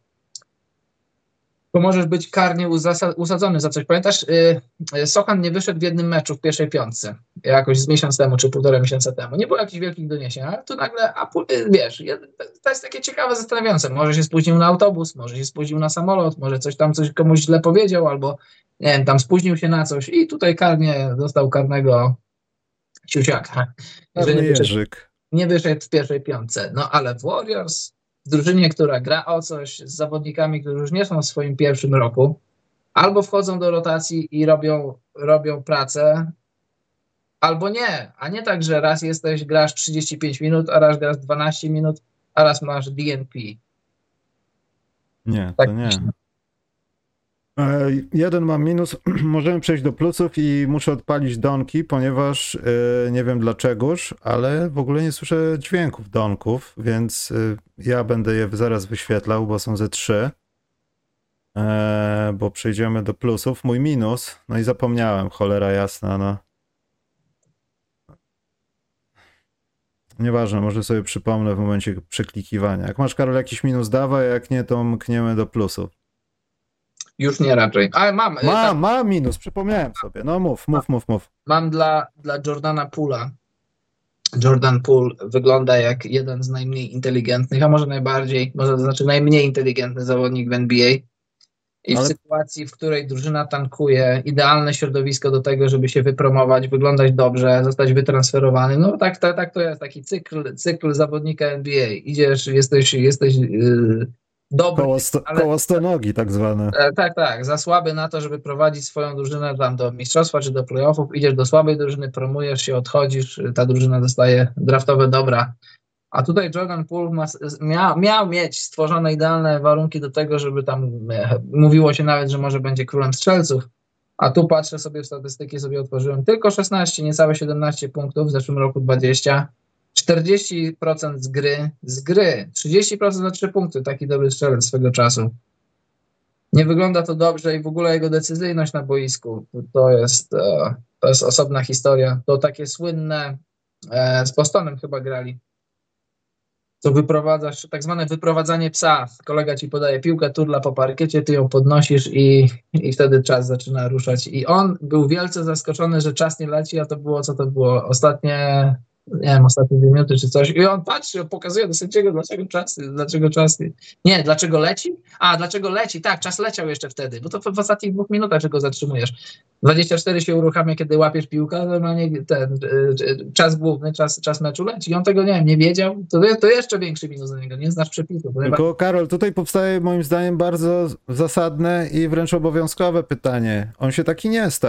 to możesz być karnie usadzony za coś. Pamiętasz, Sochan nie wyszedł w jednym meczu w pierwszej piątce, jakoś z miesiąc temu, czy 1,5 miesiąca temu. Nie było jakichś wielkich doniesień, ale tu nagle, wiesz, to jest takie ciekawe, zastanawiające. Może się spóźnił na autobus, może się spóźnił na samolot, może coś komuś źle powiedział, albo nie wiem, tam spóźnił się na coś i tutaj karnie dostał karnego siusiaka. Że nie wyszedł w pierwszej piątce. No ale w Warriors, w drużynie, która gra o coś, z zawodnikami, którzy już nie są w swoim pierwszym roku, albo wchodzą do rotacji i robią pracę, albo nie. A nie tak, że raz grasz 35 minut, a raz grasz 12 minut, a raz masz DNP. Nie, tak to nie. Myślę. Jeden mam minus, możemy przejść do plusów i muszę odpalić donki, ponieważ nie wiem dlaczegoż, ale w ogóle nie słyszę dźwięków donków, więc ja będę je zaraz wyświetlał, bo są ze 3, bo przejdziemy do plusów. Mój minus, no i zapomniałem, cholera jasna, no. Nieważne, może sobie przypomnę w momencie przeklikiwania. Jak masz, Karol, jakiś minus, dawaj, jak nie, to mkniemy do plusów. Już nie raczej. Ale mam minus, przypomniałem sobie. No mów. Mam dla Jordana Poola. Jordan Poole wygląda jak jeden z najmniej inteligentnych, a może najbardziej, może to znaczy najmniej inteligentny zawodnik w NBA. I w sytuacji, w której drużyna tankuje, idealne środowisko do tego, żeby się wypromować, wyglądać dobrze, zostać wytransferowany. No tak to jest taki cykl zawodnika NBA. Idziesz, jesteś dobry. Koło stonogi tak zwane. Tak. Za słaby na to, żeby prowadzić swoją drużynę tam do mistrzostwa czy do playoffów. Idziesz do słabej drużyny, promujesz się, odchodzisz, ta drużyna dostaje draftowe dobra. A tutaj Jordan Poole miał mieć stworzone idealne warunki do tego, żeby tam mówiło się nawet, że może będzie królem strzelców. A tu patrzę sobie w statystyki, sobie otworzyłem tylko 16, niecałe 17 punktów, w zeszłym roku 20. 40% z gry, 30% za 3 punkty, taki dobry strzelec swego czasu. Nie wygląda to dobrze i w ogóle jego decyzyjność na boisku to jest osobna historia. To takie słynne, z Bostonem chyba grali, to wyprowadzasz, tak zwane wyprowadzanie psa. Kolega ci podaje piłkę, turla po parkiecie, ty ją podnosisz i wtedy czas zaczyna ruszać. I on był wielce zaskoczony, że czas nie leci, a to było, co to było? Ostatnie 2 minuty czy coś. I on patrzy, pokazuje do sędziego, dlaczego czas nie, dlaczego leci? Dlaczego leci? Tak, czas leciał jeszcze wtedy, bo to w ostatnich 2 minutach, czego zatrzymujesz. 24 się uruchamia, kiedy łapiesz piłkę, normalnie ten czas główny, czas meczu leci. I on tego, nie wiedział. To jeszcze większy minus dla niego, nie znasz przepisów. Tylko Karol, tutaj powstaje moim zdaniem bardzo zasadne i wręcz obowiązkowe pytanie. On się taki nie stał.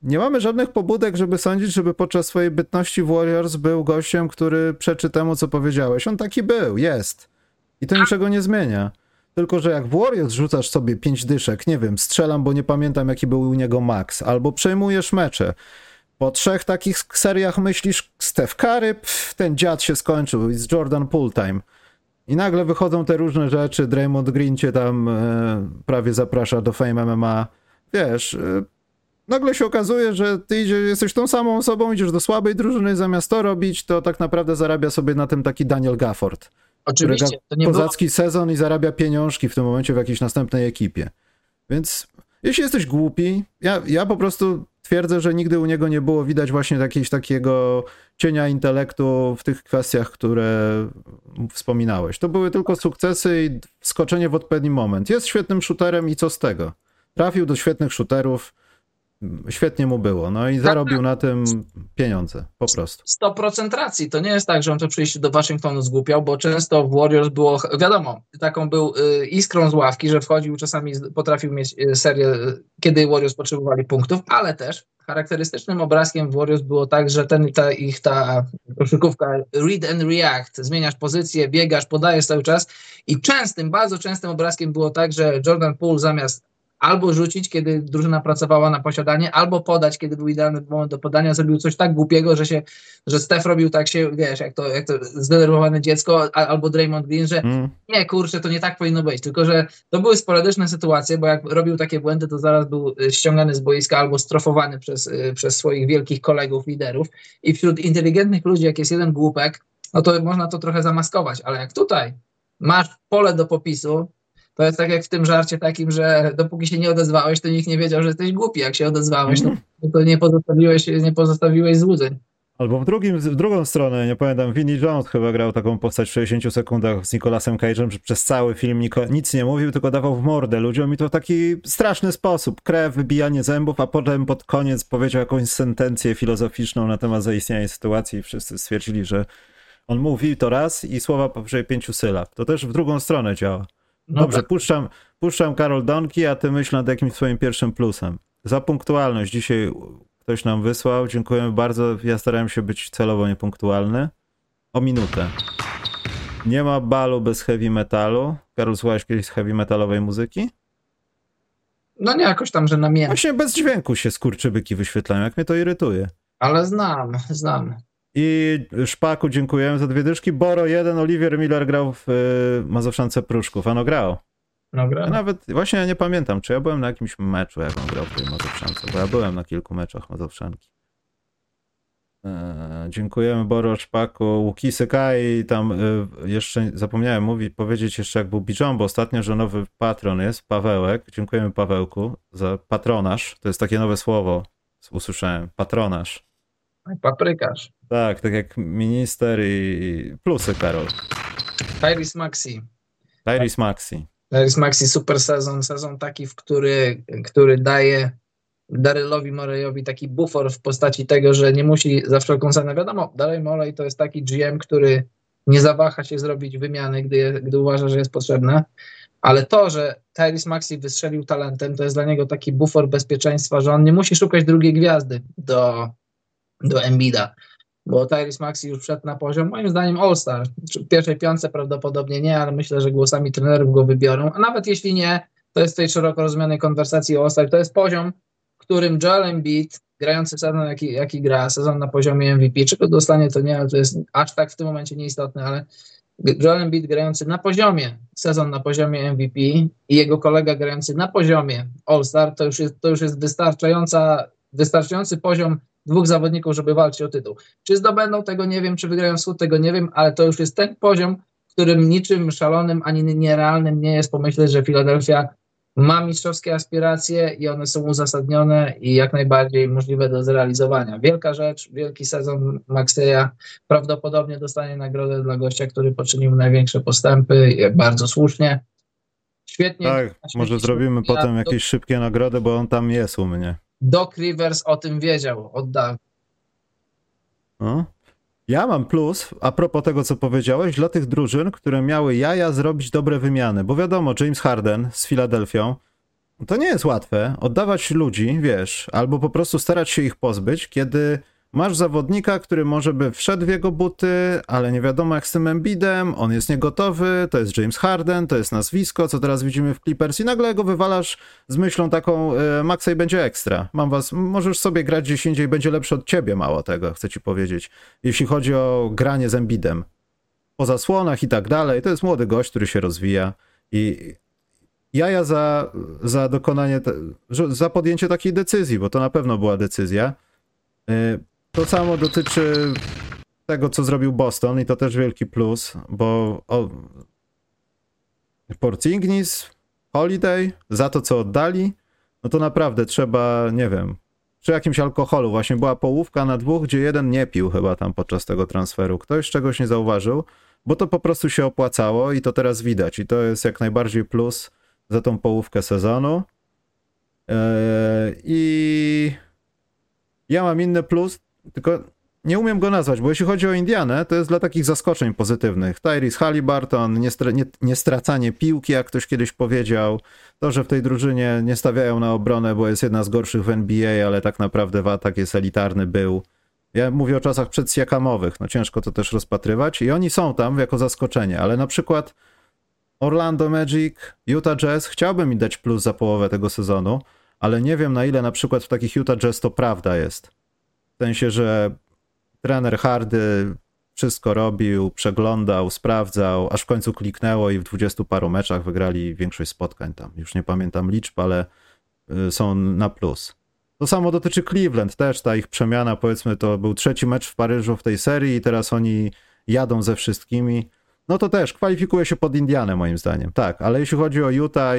nie mamy żadnych pobudek, żeby sądzić, żeby podczas swojej bytności w Warriors był gościem, który przeczy temu, co powiedziałeś. On taki był, jest. I to niczego nie zmienia. Tylko, że jak w Warriors rzucasz sobie 5 dyszek, nie wiem, strzelam, bo nie pamiętam, jaki był u niego max, albo przejmujesz mecze. Po 3 takich seriach myślisz, Steph Curry, ten dziad się skończył, jest Jordan Poole time. I nagle wychodzą te różne rzeczy, Draymond Green cię tam prawie zaprasza do Fame MMA. Wiesz, nagle się okazuje, że ty jesteś tą samą osobą, idziesz do słabej drużyny, zamiast to robić, to tak naprawdę zarabia sobie na tym taki Daniel Gafford. Oczywiście, to nie kozacki sezon i zarabia pieniążki w tym momencie w jakiejś następnej ekipie. Więc jeśli jesteś głupi, ja po prostu twierdzę, że nigdy u niego nie było widać właśnie jakiegoś takiego cienia intelektu w tych kwestiach, które wspominałeś. To były tylko sukcesy i skoczenie w odpowiedni moment. Jest świetnym shooterem i co z tego? Trafił do świetnych shooterów, świetnie mu było, no i zarobił na tym pieniądze, po prostu. 100% racji. To nie jest tak, że on to przyjście do Waszyngtonu zgłupiał, bo często w Warriors było, wiadomo, taką był iskrą z ławki, że wchodził, czasami potrafił mieć serię, kiedy Warriors potrzebowali punktów, ale też charakterystycznym obrazkiem w Warriors było tak, że ta koszykówka read and react, zmieniasz pozycję, biegasz, podajesz cały czas i bardzo częstym obrazkiem było tak, że Jordan Poole zamiast albo rzucić, kiedy drużyna pracowała na posiadanie, albo podać, kiedy był idealny moment do podania, zrobił coś tak głupiego, że Steph robił tak się, wiesz, jak to zdenerwowane dziecko, albo Draymond Green, że nie, kurczę, to nie tak powinno być, tylko że to były sporadyczne sytuacje, bo jak robił takie błędy, to zaraz był ściągany z boiska albo strofowany przez swoich wielkich kolegów, liderów i wśród inteligentnych ludzi, jak jest jeden głupek, no to można to trochę zamaskować, ale jak tutaj masz pole do popisu, to jest tak jak w tym żarcie takim, że dopóki się nie odezwałeś, to nikt nie wiedział, że jesteś głupi. Jak się odezwałeś, no to nie pozostawiłeś złudzeń. Albo w drugą stronę, nie pamiętam, Vinnie Jones chyba grał taką postać w 60 sekundach z Nicolasem Cage'em, że przez cały film nic nie mówił, tylko dawał w mordę ludziom i to w taki straszny sposób. Krew, wybijanie zębów, a potem pod koniec powiedział jakąś sentencję filozoficzną na temat zaistnienia sytuacji i wszyscy stwierdzili, że on mówi to raz i słowa powyżej 5 sylab. To też w drugą stronę działa. Dobrze, puszczam Karol Donki, a ty myśl nad jakimś swoim pierwszym plusem. Za punktualność dzisiaj ktoś nam wysłał, dziękujemy bardzo. Ja starałem się być celowo niepunktualny. O minutę. Nie ma balu bez heavy metalu. Karol, słuchałeś kiedyś heavy metalowej muzyki? No nie jakoś tam, że namiętnie. Właśnie bez dźwięku się skurczybyki wyświetlają, jak mnie to irytuje. Ale znam. I Szpaku dziękujemy za 2 dyszki. Boro 1, Oliwier Miller grał w Mazowszance Pruszków. Ano grał. No grał. Ja nawet, właśnie ja nie pamiętam, czy ja byłem na jakimś meczu, jak on grał w tej Mazowszance, bo ja byłem na kilku meczach Mazowszanki. Dziękujemy Boro, Szpaku, Łukisy Kai, tam jeszcze zapomniałem powiedzieć jeszcze jak był Bijan, bo ostatnio, że nowy patron jest, Pawełek. Dziękujemy Pawełku za patronaż. To jest takie nowe słowo, usłyszałem, patronaż. Paprykarz. Tak jak minister i plusy, Karol. Tyrese Maxey. Tyrese Maxey, super sezon taki, który daje Darylowi Moreyowi taki bufor w postaci tego, że nie musi za wszelką cenę, wiadomo, Daryl Morey to jest taki GM, który nie zawaha się zrobić wymiany, gdy uważa, że jest potrzebna, ale to, że Tyrese Maxey wystrzelił talentem, to jest dla niego taki bufor bezpieczeństwa, że on nie musi szukać drugiej gwiazdy do Embida, bo Tyrese Maxey już wszedł na poziom, moim zdaniem All-Star. W pierwszej 5 prawdopodobnie nie, ale myślę, że głosami trenerów go wybiorą, a nawet jeśli nie, to jest w tej szeroko rozumianej konwersacji o All-Star, to jest poziom, w którym Joel Embiid, grający sezon jaki gra, sezon na poziomie MVP, czy go dostanie, to nie, ale to jest aż tak w tym momencie nieistotne, ale Joel Embiid grający na poziomie, sezon na poziomie MVP i jego kolega grający na poziomie All-Star, to już jest wystarczający poziom 2 zawodników, żeby walczyć o tytuł. Czy zdobędą, tego nie wiem, czy wygrają wschód, tego nie wiem, ale to już jest ten poziom, w którym niczym szalonym ani nierealnym nie jest pomyśleć, że Filadelfia ma mistrzowskie aspiracje i one są uzasadnione i jak najbardziej możliwe do zrealizowania. Wielka rzecz, wielki sezon Maxeya, prawdopodobnie dostanie nagrodę dla gościa, który poczynił największe postępy, bardzo słusznie. Świetnie. Tak, może zrobimy potem jakieś szybkie nagrody, bo on tam jest u mnie. Doc Rivers o tym wiedział od dawna. Ja mam plus, a propos tego, co powiedziałeś, dla tych drużyn, które miały jaja zrobić dobre wymiany, bo wiadomo, James Harden z Filadelfią to nie jest łatwe oddawać ludzi, wiesz, albo po prostu starać się ich pozbyć, kiedy masz zawodnika, który może by wszedł w jego buty, ale nie wiadomo jak z tym Embiidem, on jest niegotowy, to jest James Harden, to jest nazwisko, co teraz widzimy w Clippers i nagle go wywalasz z myślą taką, Maxey będzie ekstra, możesz sobie grać gdzieś indziej, będzie lepszy od ciebie, mało tego, chcę ci powiedzieć, jeśli chodzi o granie z Embiidem. Po zasłonach i tak dalej, to jest młody gość, który się rozwija i jaja za dokonanie, za podjęcie takiej decyzji, bo to na pewno była decyzja. To samo dotyczy tego, co zrobił Boston i to też wielki plus, bo Porzingis, Holiday, za to, co oddali, no to naprawdę trzeba, nie wiem, przy jakimś alkoholu. Właśnie była połówka na dwóch, gdzie jeden nie pił chyba tam podczas tego transferu. Ktoś czegoś nie zauważył, bo to po prostu się opłacało i to teraz widać. I to jest jak najbardziej plus za tą połówkę sezonu. I ja mam inny plus, tylko nie umiem go nazwać, bo jeśli chodzi o Indianę, to jest dla takich zaskoczeń pozytywnych. Tyrese Haliburton, nie stracanie piłki, jak ktoś kiedyś powiedział. To, że w tej drużynie nie stawiają na obronę, bo jest jedna z gorszych w NBA, ale tak naprawdę w atak jest elitarny był. Ja mówię o czasach przedsiakamowych, no ciężko to też rozpatrywać i oni są tam jako zaskoczenie, ale na przykład Orlando Magic, Utah Jazz, chciałbym im dać plus za połowę tego sezonu, ale nie wiem na ile na przykład w takich Utah Jazz to prawda jest. W sensie, że trener Hardy wszystko robił, przeglądał, sprawdzał, aż w końcu kliknęło i w 20 paru meczach wygrali większość spotkań tam. Już nie pamiętam liczb, ale są na plus. To samo dotyczy Cleveland też, ta ich przemiana, powiedzmy, to był trzeci mecz w Paryżu w tej serii i teraz oni jadą ze wszystkimi. No to też kwalifikuje się pod Indianę moim zdaniem, tak, ale jeśli chodzi o Utah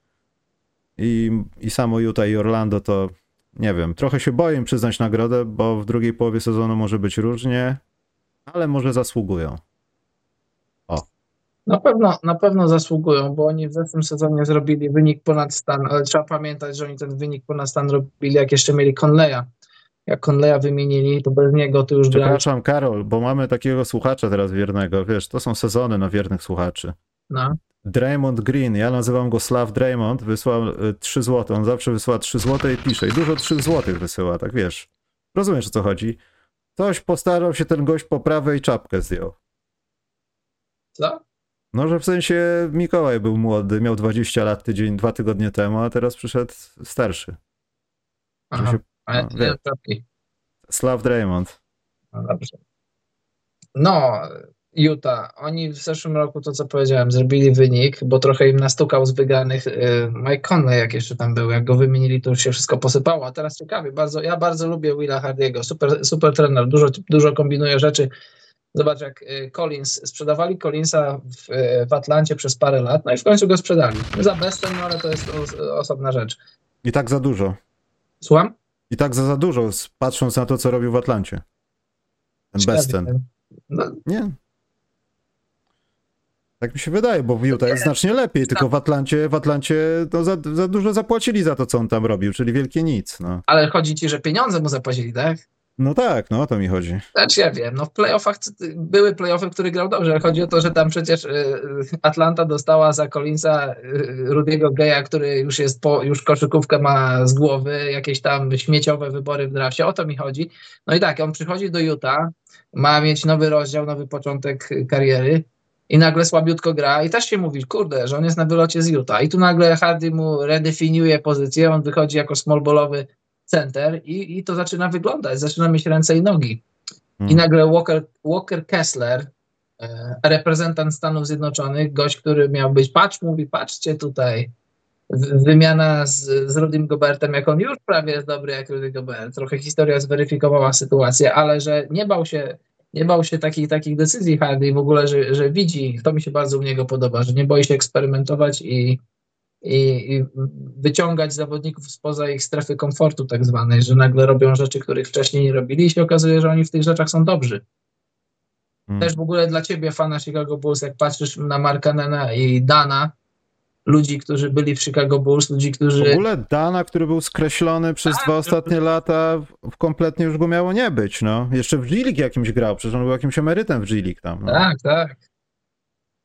i samo Utah i Orlando, to nie wiem, trochę się boję im przyznać nagrodę, bo w drugiej połowie sezonu może być różnie, ale może zasługują. O. Na pewno zasługują, bo oni w zeszłym sezonie zrobili wynik ponad stan, ale trzeba pamiętać, że oni ten wynik ponad stan robili, jak jeszcze mieli Conleya. Jak Conleya wymienili, to bez niego to już Przepraszam, Karol, bo mamy takiego słuchacza teraz wiernego, wiesz, to są sezony na wiernych słuchaczy. No. Draymond Green, ja nazywam go Slav Draymond, wysłał 3 zł, on zawsze wysyła 3 zł i pisze i dużo 3 zł wysyła, tak wiesz. Rozumiesz, o co chodzi? Coś postarał się ten gość po prawej czapkę zdjął. Co? No, że w sensie Mikołaj był młody, miał 20 lat 2 tygodnie temu, a teraz przyszedł starszy. Aha, ale to nie czapki. Slav Draymond. No dobrze. No, Utah. Oni w zeszłym roku, to co powiedziałem, zrobili wynik, bo trochę im nastukał z wygranych Mike Conley, jak jeszcze tam był. Jak go wymienili, to już się wszystko posypało. A teraz ciekawie, ja bardzo lubię Willa Hardiego. Super trener, dużo kombinuje rzeczy. Zobacz, jak sprzedawali Collinsa w Atlancie przez parę lat, no i w końcu go sprzedali. Za bezcen, no ale to jest osobna rzecz. I tak za dużo. Słucham? I tak za dużo, patrząc na to, co robił w Atlancie. Ten bezcen. No. Nie. Tak mi się wydaje, bo w Utah jest znacznie lepiej, tylko w Atlancie no za dużo zapłacili za to, co on tam robił, czyli wielkie nic. No. Ale chodzi ci, że pieniądze mu zapłacili, tak? No tak, no o to mi chodzi. Znaczy ja wiem, no w playoffach były playoffy, w których grał dobrze, ale chodzi o to, że tam przecież Atlanta dostała za Collinsa Rudiego Gaya, który już jest już koszykówkę ma z głowy, jakieś tam śmieciowe wybory w drafcie, o to mi chodzi. No i tak, on przychodzi do Utah, ma mieć nowy rozdział, nowy początek kariery i nagle słabiutko gra i też się mówi, kurde, że on jest na wylocie z Utah i tu nagle Hardy mu redefiniuje pozycję, on wychodzi jako small ballowy center i to zaczyna wyglądać, zaczyna mieć ręce i nogi. I nagle Walker Kessler, reprezentant Stanów Zjednoczonych, gość, który miał być, patrzcie tutaj, wymiana z Rudym Gobertem, jak on już prawie jest dobry jak Rudy Gobert. Trochę historia zweryfikowała sytuację, ale że nie bał się takich decyzji Hardy w ogóle, że widzi, to mi się bardzo u niego podoba, że nie boi się eksperymentować i wyciągać zawodników spoza ich strefy komfortu tak zwanej, że nagle robią rzeczy, których wcześniej nie robili i się okazuje, że oni w tych rzeczach są dobrzy. Też w ogóle dla ciebie, fana Chicago Bulls, jak patrzysz na Markkanena i Dana, ludzi, którzy byli w Chicago Bulls, ludzi, którzy... W ogóle Dana, który był skreślony przez 2 ostatnie lata, kompletnie już go miało nie być, no. Jeszcze w G-League jakimś grał, przecież on był jakimś emerytem w G-League tam. No. Tak.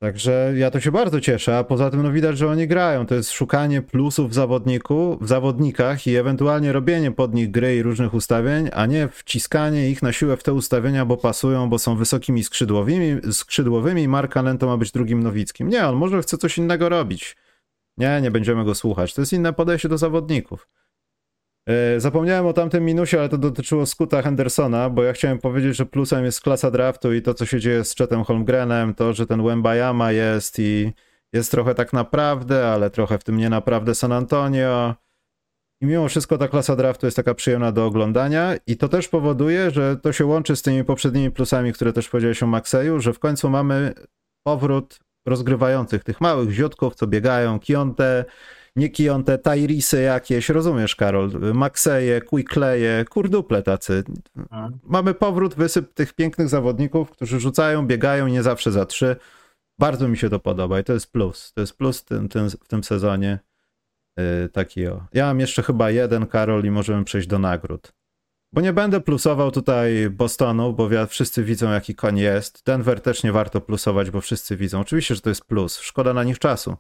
Także ja to się bardzo cieszę, a poza tym no widać, że oni grają. To jest szukanie plusów w zawodnikach i ewentualnie robienie pod nich gry i różnych ustawień, a nie wciskanie ich na siłę w te ustawienia, bo pasują, bo są wysokimi skrzydłowymi i Mark Allen to ma być drugim Nowickim. Nie, on może chce coś innego robić. Nie będziemy go słuchać. To jest inne podejście do zawodników. Zapomniałem o tamtym minusie, ale to dotyczyło Scoota Hendersona, bo ja chciałem powiedzieć, że plusem jest klasa draftu i to, co się dzieje z Chetem Holmgrenem, to, że ten Wembanyama jest i jest trochę tak naprawdę, ale trochę w tym nie naprawdę San Antonio. I mimo wszystko ta klasa draftu jest taka przyjemna do oglądania i to też powoduje, że to się łączy z tymi poprzednimi plusami, które też powiedziałeś o Maxeju, że w końcu mamy powrót rozgrywających, tych małych ziutków, co biegają, Kionte, nie Kionte, Tyrisy jakieś, rozumiesz, Karol, Maxeje, Quickleje, kurduple tacy. Mamy powrót, wysyp tych pięknych zawodników, którzy rzucają, biegają nie zawsze za 3. Bardzo mi się to podoba i to jest plus. To jest plus w tym sezonie. Taki o. Ja mam jeszcze chyba jeden, Karol, i możemy przejść do nagród. Bo nie będę plusował tutaj Bostonu, bo wszyscy widzą, jaki koń jest. Denver też nie warto plusować, bo wszyscy widzą. Oczywiście, że to jest plus. Szkoda na nich czasu.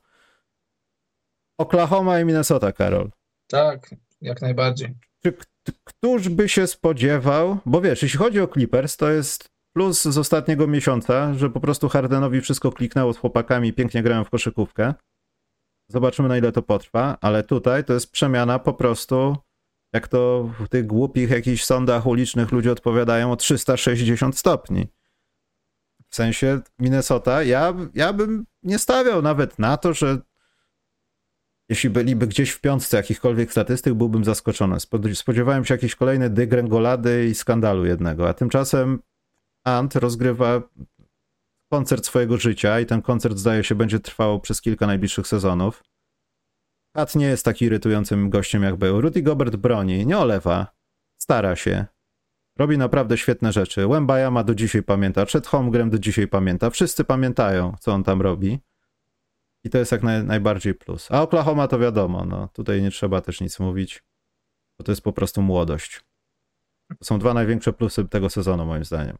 Oklahoma i Minnesota, Karol. Tak, jak najbardziej. Któż by się spodziewał, bo wiesz, jeśli chodzi o Clippers, to jest plus z ostatniego miesiąca, że po prostu Hardenowi wszystko kliknęło z chłopakami i pięknie grają w koszykówkę. Zobaczymy, na ile to potrwa, ale tutaj to jest przemiana po prostu, jak to w tych głupich jakichś sądach ulicznych ludzie odpowiadają, o 360 stopni. W sensie Minnesota, ja bym nie stawiał nawet na to, że jeśli byliby gdzieś w piątce jakichkolwiek statystyk, byłbym zaskoczony. Spodziewałem się jakiejś kolejnej dygrengolady i skandalu jednego, a tymczasem Ant rozgrywa koncert swojego życia i ten koncert, zdaje się, będzie trwał przez kilka najbliższych sezonów. Kat nie jest taki irytującym gościem, jak był. Rudy Gobert broni, nie olewa, stara się. Robi naprawdę świetne rzeczy. Wembanyama do dzisiaj pamięta, Chet Holmgren do dzisiaj pamięta. Wszyscy pamiętają, co on tam robi. I to jest jak najbardziej plus. A Oklahoma to wiadomo, no tutaj nie trzeba też nic mówić, bo to jest po prostu młodość. To są 2 największe plusy tego sezonu, moim zdaniem.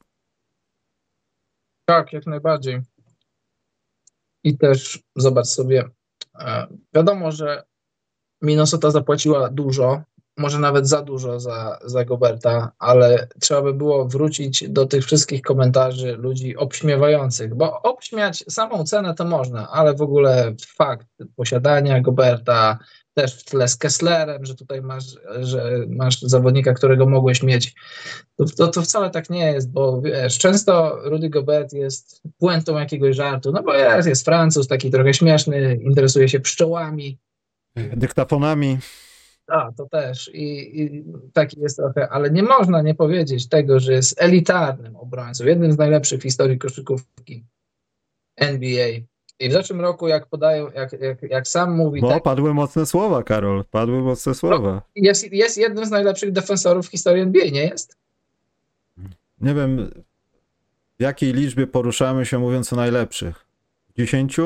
Tak, jak najbardziej. I też zobacz sobie, wiadomo, że Minnesota zapłaciła dużo, może nawet za dużo za Goberta, ale trzeba by było wrócić do tych wszystkich komentarzy ludzi obśmiewających, bo obśmiać samą cenę to można, ale w ogóle fakt posiadania Goberta, też w tle z Kesslerem, że tutaj masz zawodnika, którego mogłeś mieć, to wcale tak nie jest, bo wiesz, często Rudy Gobert jest puentą jakiegoś żartu, no bo jest Francuz, taki trochę śmieszny, interesuje się pszczołami, dyktafonami. A, to też. I taki jest trochę, ale nie można nie powiedzieć tego, że jest elitarnym obrońcą, jednym z najlepszych w historii koszykówki NBA. I w zeszłym roku, jak podają, jak sam mówi... No, tak, padły mocne słowa, Karol, padły mocne słowa. Jest jednym z najlepszych defensorów w historii NBA, nie jest? Nie wiem, w jakiej liczbie poruszamy się, mówiąc o najlepszych. 10?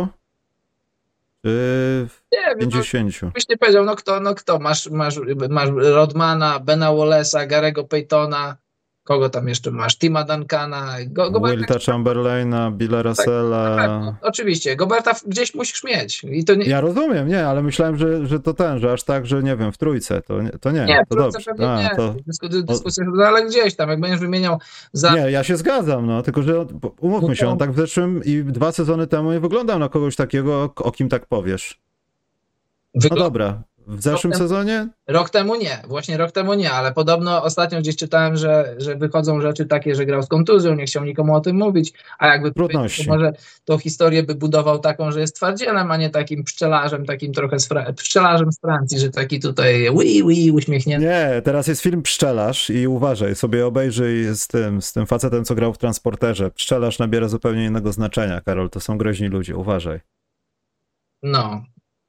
Czy Nie wiem, 50? byś nie powiedział, no kto? Masz Rodmana, Bena Wallace'a, Garego Paytona, kogo tam jeszcze masz? Tima Duncana, Wilta Chamberlaina, Billa Russella. Tak, oczywiście, Goberta gdzieś musisz mieć. I to nie... Ja rozumiem, nie, ale myślałem, że to że aż tak, że nie wiem, w trójce, to nie, Nie, to dobrze. nie. Dyskusja, ale gdzieś tam, jak będziesz wymieniał za... Nie, ja się zgadzam, no, tylko że umówmy się, on tak w zeszłym i 2 sezony temu nie wyglądał na kogoś takiego, o kim tak powiesz. No dobra, w zeszłym sezonie? Rok temu nie, właśnie rok temu nie, ale podobno ostatnio gdzieś czytałem, że wychodzą rzeczy takie, że grał z kontuzją, nie chciał nikomu o tym mówić, a jakby trudności. To może tą historię by budował taką, że jest twardzielem, a nie takim pszczelarzem, takim trochę pszczelarzem z Francji, że taki tutaj uśmiechnięty. Nie, teraz jest film Pszczelarz i uważaj, sobie obejrzyj z tym facetem, co grał w Transporterze. Pszczelarz nabiera zupełnie innego znaczenia, Karol, to są groźni ludzie, uważaj. No,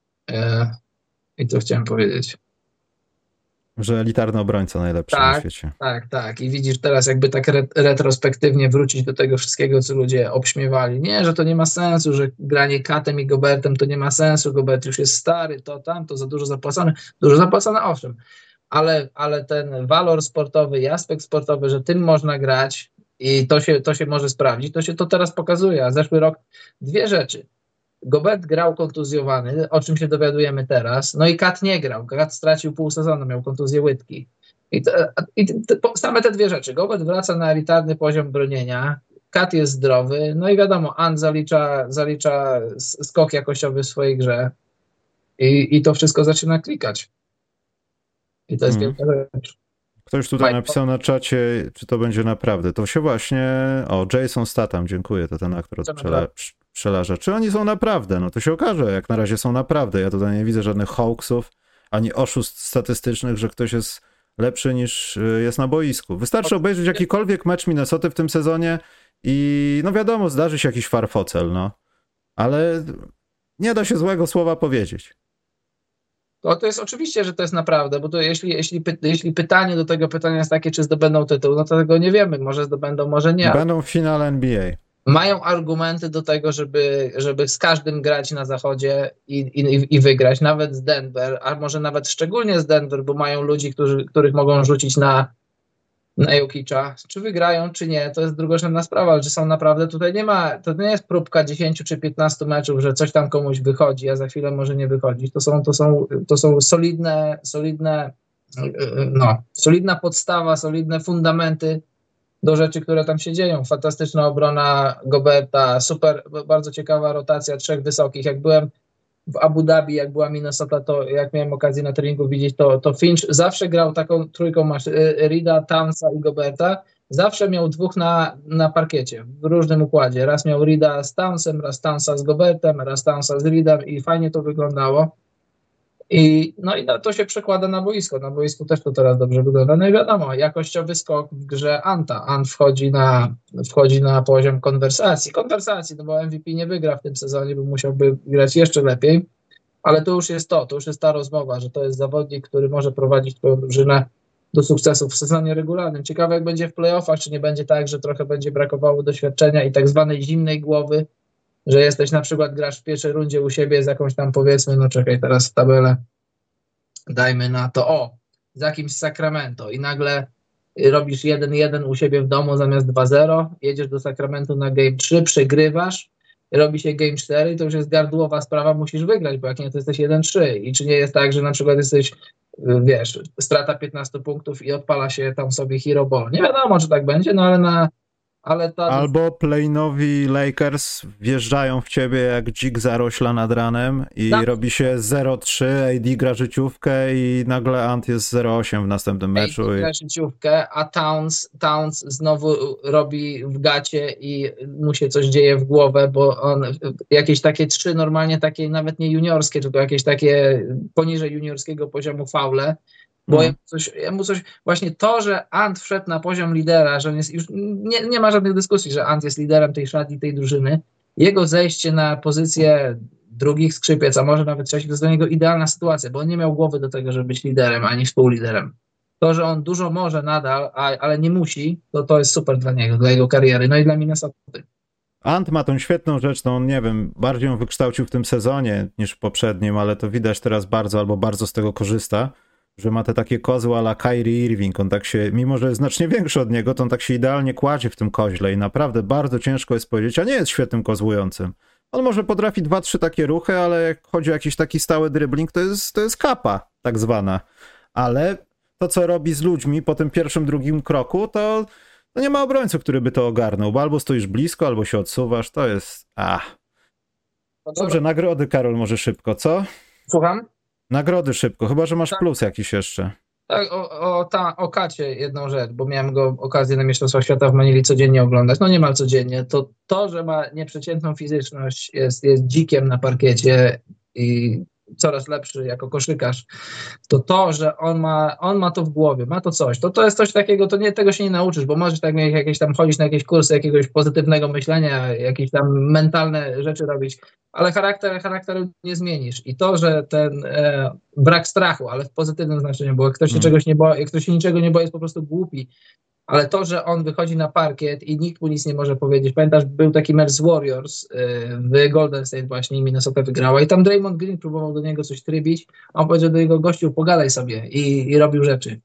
i to chciałem powiedzieć. Że elitarny obrońca najlepszy na świecie. Tak. I widzisz teraz jakby tak retrospektywnie wrócić do tego wszystkiego, co ludzie obśmiewali. Nie, że to nie ma sensu, że granie Katem i Gobertem to nie ma sensu. Gobert już jest stary, to za dużo zapłacone. Dużo zapłacone, owszem. Ale ten walor sportowy i aspekt sportowy, że tym można grać, I to się może sprawdzić, to teraz pokazuje, a zeszły rok dwie rzeczy. Gobert grał kontuzjowany, o czym się dowiadujemy teraz, no i Kat nie grał, Kat stracił pół sezonu, miał kontuzję łydki. Same te dwie rzeczy. Gobert wraca na elitarny poziom bronienia, Kat jest zdrowy, no i wiadomo, Ant zalicza skok jakościowy w swojej grze i to wszystko zaczyna klikać. I to jest wielka rzecz. Ktoś tutaj napisał na czacie, czy to będzie naprawdę. To się właśnie... O, Jason Statham, dziękuję, to ten aktor od Pszczelarza. Czy oni są naprawdę? No to się okaże, jak na razie są naprawdę. Ja tutaj nie widzę żadnych hoaxów, ani oszustw statystycznych, że ktoś jest lepszy niż jest na boisku. Wystarczy obejrzeć jakikolwiek mecz Minnesoty w tym sezonie i no wiadomo, zdarzy się jakiś farfocel, no. Ale nie da się złego słowa powiedzieć. To jest oczywiście, że to jest naprawdę, bo to jeśli pytanie do tego pytania jest takie, czy zdobędą tytuł, no to tego nie wiemy, może zdobędą, może nie. Będą w finale NBA. Mają argumenty do tego, żeby z każdym grać na zachodzie i wygrać, nawet z Denver, a może nawet szczególnie z Denver, bo mają ludzi, których mogą rzucić na Jokicza. Czy wygrają, czy nie, to jest drugorzędna sprawa, ale że są naprawdę, tutaj nie ma, to nie jest próbka 10 czy 15 meczów, że coś tam komuś wychodzi, a za chwilę może nie wychodzić. To są solidna podstawa, solidne fundamenty do rzeczy, które tam się dzieją. Fantastyczna obrona Goberta, super, bardzo ciekawa rotacja trzech wysokich. Jak byłem w Abu Dhabi, jak była Minnesota, to jak miałem okazję na treningu widzieć, to Finch zawsze grał taką trójką, Reeda, Townsa i Goberta. Zawsze miał dwóch na parkiecie, w różnym układzie. Raz miał Reeda z Townsem, raz Townsa z Gobertem, raz Townsa z Reedem i fajnie to wyglądało. I to się przekłada na boisko. Na boisku też to teraz dobrze wygląda. No i wiadomo, jakościowy skok w grze Anta. Ant wchodzi na poziom konwersacji, no bo MVP nie wygra w tym sezonie, bo musiałby grać jeszcze lepiej. Ale to już jest ta rozmowa, że to jest zawodnik, który może prowadzić twoją drużynę do sukcesów w sezonie regularnym. Ciekawe, jak będzie w playoffach, czy nie będzie tak, że trochę będzie brakowało doświadczenia i tak zwanej zimnej głowy, że jesteś na przykład, grasz w pierwszej rundzie u siebie z jakąś tam, powiedzmy, no czekaj, teraz tabelę dajmy na to, z jakimś Sacramento i nagle robisz 1-1 u siebie w domu zamiast 2-0, jedziesz do Sacramento na game 3, przegrywasz, robi się game 4 i to już jest gardłowa sprawa, musisz wygrać, bo jak nie, to jesteś 1-3 i czy nie jest tak, że na przykład jesteś, wiesz, strata 15 punktów i odpala się tam sobie hero ball. Nie wiadomo, czy tak będzie, no ale albo play-nowi Lakers wjeżdżają w ciebie jak dzik zarośla nad ranem i robi się 0-3, AD gra życiówkę i nagle Ant jest 0-8 w następnym meczu. AD gra życiówkę, a Towns znowu robi w gacie i mu się coś dzieje w głowę, bo on jakieś takie 3 normalnie takie nawet nie juniorskie, tylko jakieś takie poniżej juniorskiego poziomu faule. Bo jemu coś, właśnie to, że Ant wszedł na poziom lidera, że on jest już, nie ma żadnych dyskusji, że Ant jest liderem tej szatni, tej drużyny. Jego zejście na pozycję drugich skrzypiec, a może nawet trzecich, to jest dla niego idealna sytuacja, bo on nie miał głowy do tego, żeby być liderem, ani współliderem. To, że on dużo może nadal, ale nie musi, to jest super dla niego, dla jego kariery, no i dla Minnesoty. Ant ma tą świetną rzecz, no on, nie wiem, bardziej ją wykształcił w tym sezonie niż w poprzednim, ale to widać teraz bardzo z tego korzysta, że ma te takie kozły a la Kyrie Irving. On tak się, mimo że jest znacznie większy od niego, to on tak się idealnie kładzie w tym koźle i naprawdę bardzo ciężko jest powiedzieć, a nie jest świetnym kozłującym. On może potrafi 2-3 takie ruchy, ale jak chodzi o jakiś taki stały dribbling, to jest kapa tak zwana. Ale to, co robi z ludźmi po tym pierwszym, drugim kroku, to nie ma obrońcy, który by to ogarnął, bo albo stoisz blisko, albo się odsuwasz, to jest... Dobrze, nagrody, Karol, może szybko, co? Słucham? Nagrody szybko, chyba że masz plus jakiś jeszcze. Tak, o Kacie jedną rzecz, bo miałem go okazję na Mistrzostwach Świata w Manili codziennie oglądać. No niemal codziennie. To, że ma nieprzeciętną fizyczność, jest dzikiem na parkiecie i coraz lepszy jako koszykarz, to, że on ma to w głowie, ma to coś. To jest coś takiego, tego się nie nauczysz, bo możesz tak jakieś tam chodzić na jakieś kursy jakiegoś pozytywnego myślenia, jakieś tam mentalne rzeczy robić, ale charakteru nie zmienisz. I to, że ten brak strachu, ale w pozytywnym znaczeniu, bo jak ktoś się czegoś nie boi, jak ktoś się niczego nie boi, jest po prostu głupi. Ale to, że on wychodzi na parkiet i nikt mu nic nie może powiedzieć. Pamiętasz, był taki mecz z Warriors w Golden State właśnie i Minnesota wygrała i tam Draymond Green próbował do niego coś trybić, a on powiedział do jego gościu, pogadaj sobie i robił rzeczy.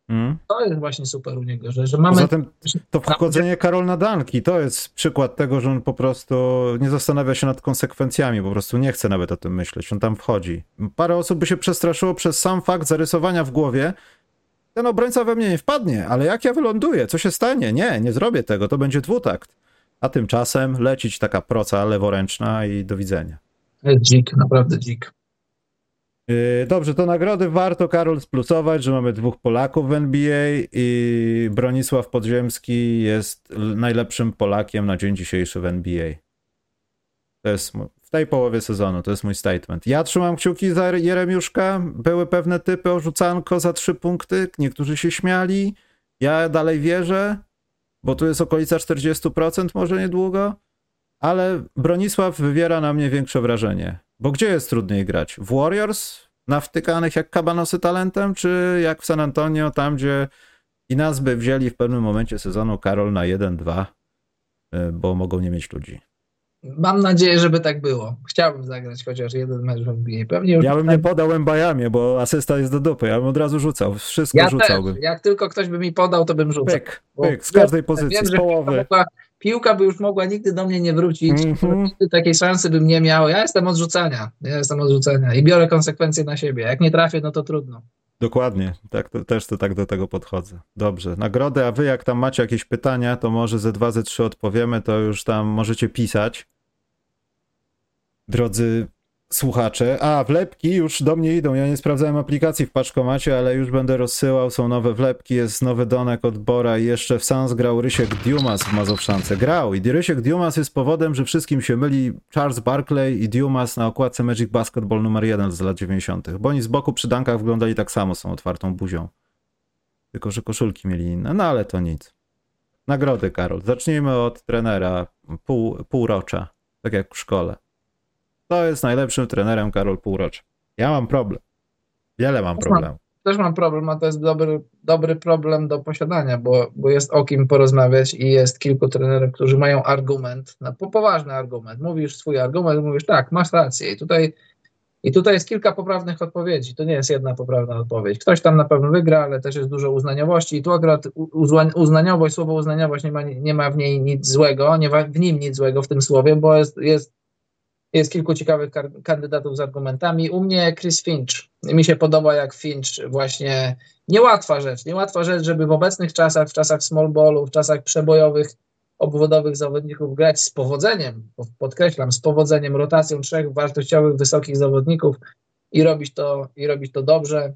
To jest właśnie super u niego, że mamy... Poza tym to wchodzenie Karol na danki, to jest przykład tego, że on po prostu nie zastanawia się nad konsekwencjami, po prostu nie chce nawet o tym myśleć, on tam wchodzi. Parę osób by się przestraszyło przez sam fakt zarysowania w głowie, ten obrońca we mnie nie wpadnie, ale jak ja wyląduję, co się stanie? Nie zrobię tego, to będzie dwutakt. A tymczasem lecić taka proca leworęczna i do widzenia. Dzik, naprawdę dzik. Dobrze, to nagrody warto, Karol, splusować, że mamy 2 Polaków w NBA i Bronisław Podziemski jest najlepszym Polakiem na dzień dzisiejszy w NBA. To jest w tej połowie sezonu, to jest mój statement. Ja trzymam kciuki za Jeremiuszka, były pewne typy o rzucanko za 3 punkty, niektórzy się śmiali, ja dalej wierzę, bo tu jest okolica 40% może niedługo, ale Bronisław wywiera na mnie większe wrażenie. Bo gdzie jest trudniej grać? W Warriors? Nawtykanych jak kabanosy talentem? Czy jak w San Antonio, tam gdzie i nas by wzięli w pewnym momencie sezonu, Karol, na 1-2, bo mogą nie mieć ludzi. Mam nadzieję, żeby tak było. Chciałbym zagrać chociaż jeden mecz w NBA. Pewnie już ja bym nie podał Mbajamie, bo asysta jest do dupy. Ja bym od razu rzucał. Wszystko ja rzucałbym. Też. Jak tylko ktoś by mi podał, to bym rzucał. Pyk, z każdej pozycji, z połowy. Piłka by już mogła nigdy do mnie nie wrócić. Nigdy takiej szansy bym nie miał. Ja jestem od rzucania. I biorę konsekwencje na siebie. Jak nie trafię, no to trudno. Dokładnie. Tak, też tak do tego podchodzę. Dobrze. Nagrody, a wy jak tam macie jakieś pytania, to może ze 2, ze 3 odpowiemy, to już tam możecie pisać. Drodzy słuchacze. Wlepki już do mnie idą. Ja nie sprawdzałem aplikacji w paczkomacie, ale już będę rozsyłał. Są nowe wlepki, jest nowy donek od Bora i jeszcze w Sans grał Rysiek Diumas w Mazowszance. Grał i Rysiek Diumas jest powodem, że wszystkim się myli Charles Barkley i Diumas na okładce Magic Basketball numer 1 z lat 90. Bo oni z boku przy dankach wyglądali tak samo, są otwartą buzią. Tylko że koszulki mieli inne, no ale to nic. Nagrody, Karol. Zacznijmy od trenera półrocza, tak jak w szkole. To jest najlepszym trenerem, Karol, półrocza. Ja mam problem. Wiele mam problem. Też mam problem, a to jest dobry problem do posiadania, bo jest o kim porozmawiać i jest kilku trenerów, którzy mają argument, poważny argument. Mówisz swój argument, mówisz tak, masz rację. I tutaj jest kilka poprawnych odpowiedzi. To nie jest jedna poprawna odpowiedź. Ktoś tam na pewno wygra, ale też jest dużo uznaniowości i tu akurat uznaniowość, słowo uznaniowość nie ma w niej nic złego, nie ma w nim nic złego w tym słowie, bo jest kilku ciekawych kandydatów z argumentami. U mnie Chris Finch. Mi się podoba, jak Finch właśnie... Niełatwa rzecz, żeby w obecnych czasach, w czasach small ballu, w czasach przebojowych, obwodowych zawodników grać z powodzeniem, podkreślam, z powodzeniem, rotacją 3 wartościowych, wysokich zawodników i robić to dobrze.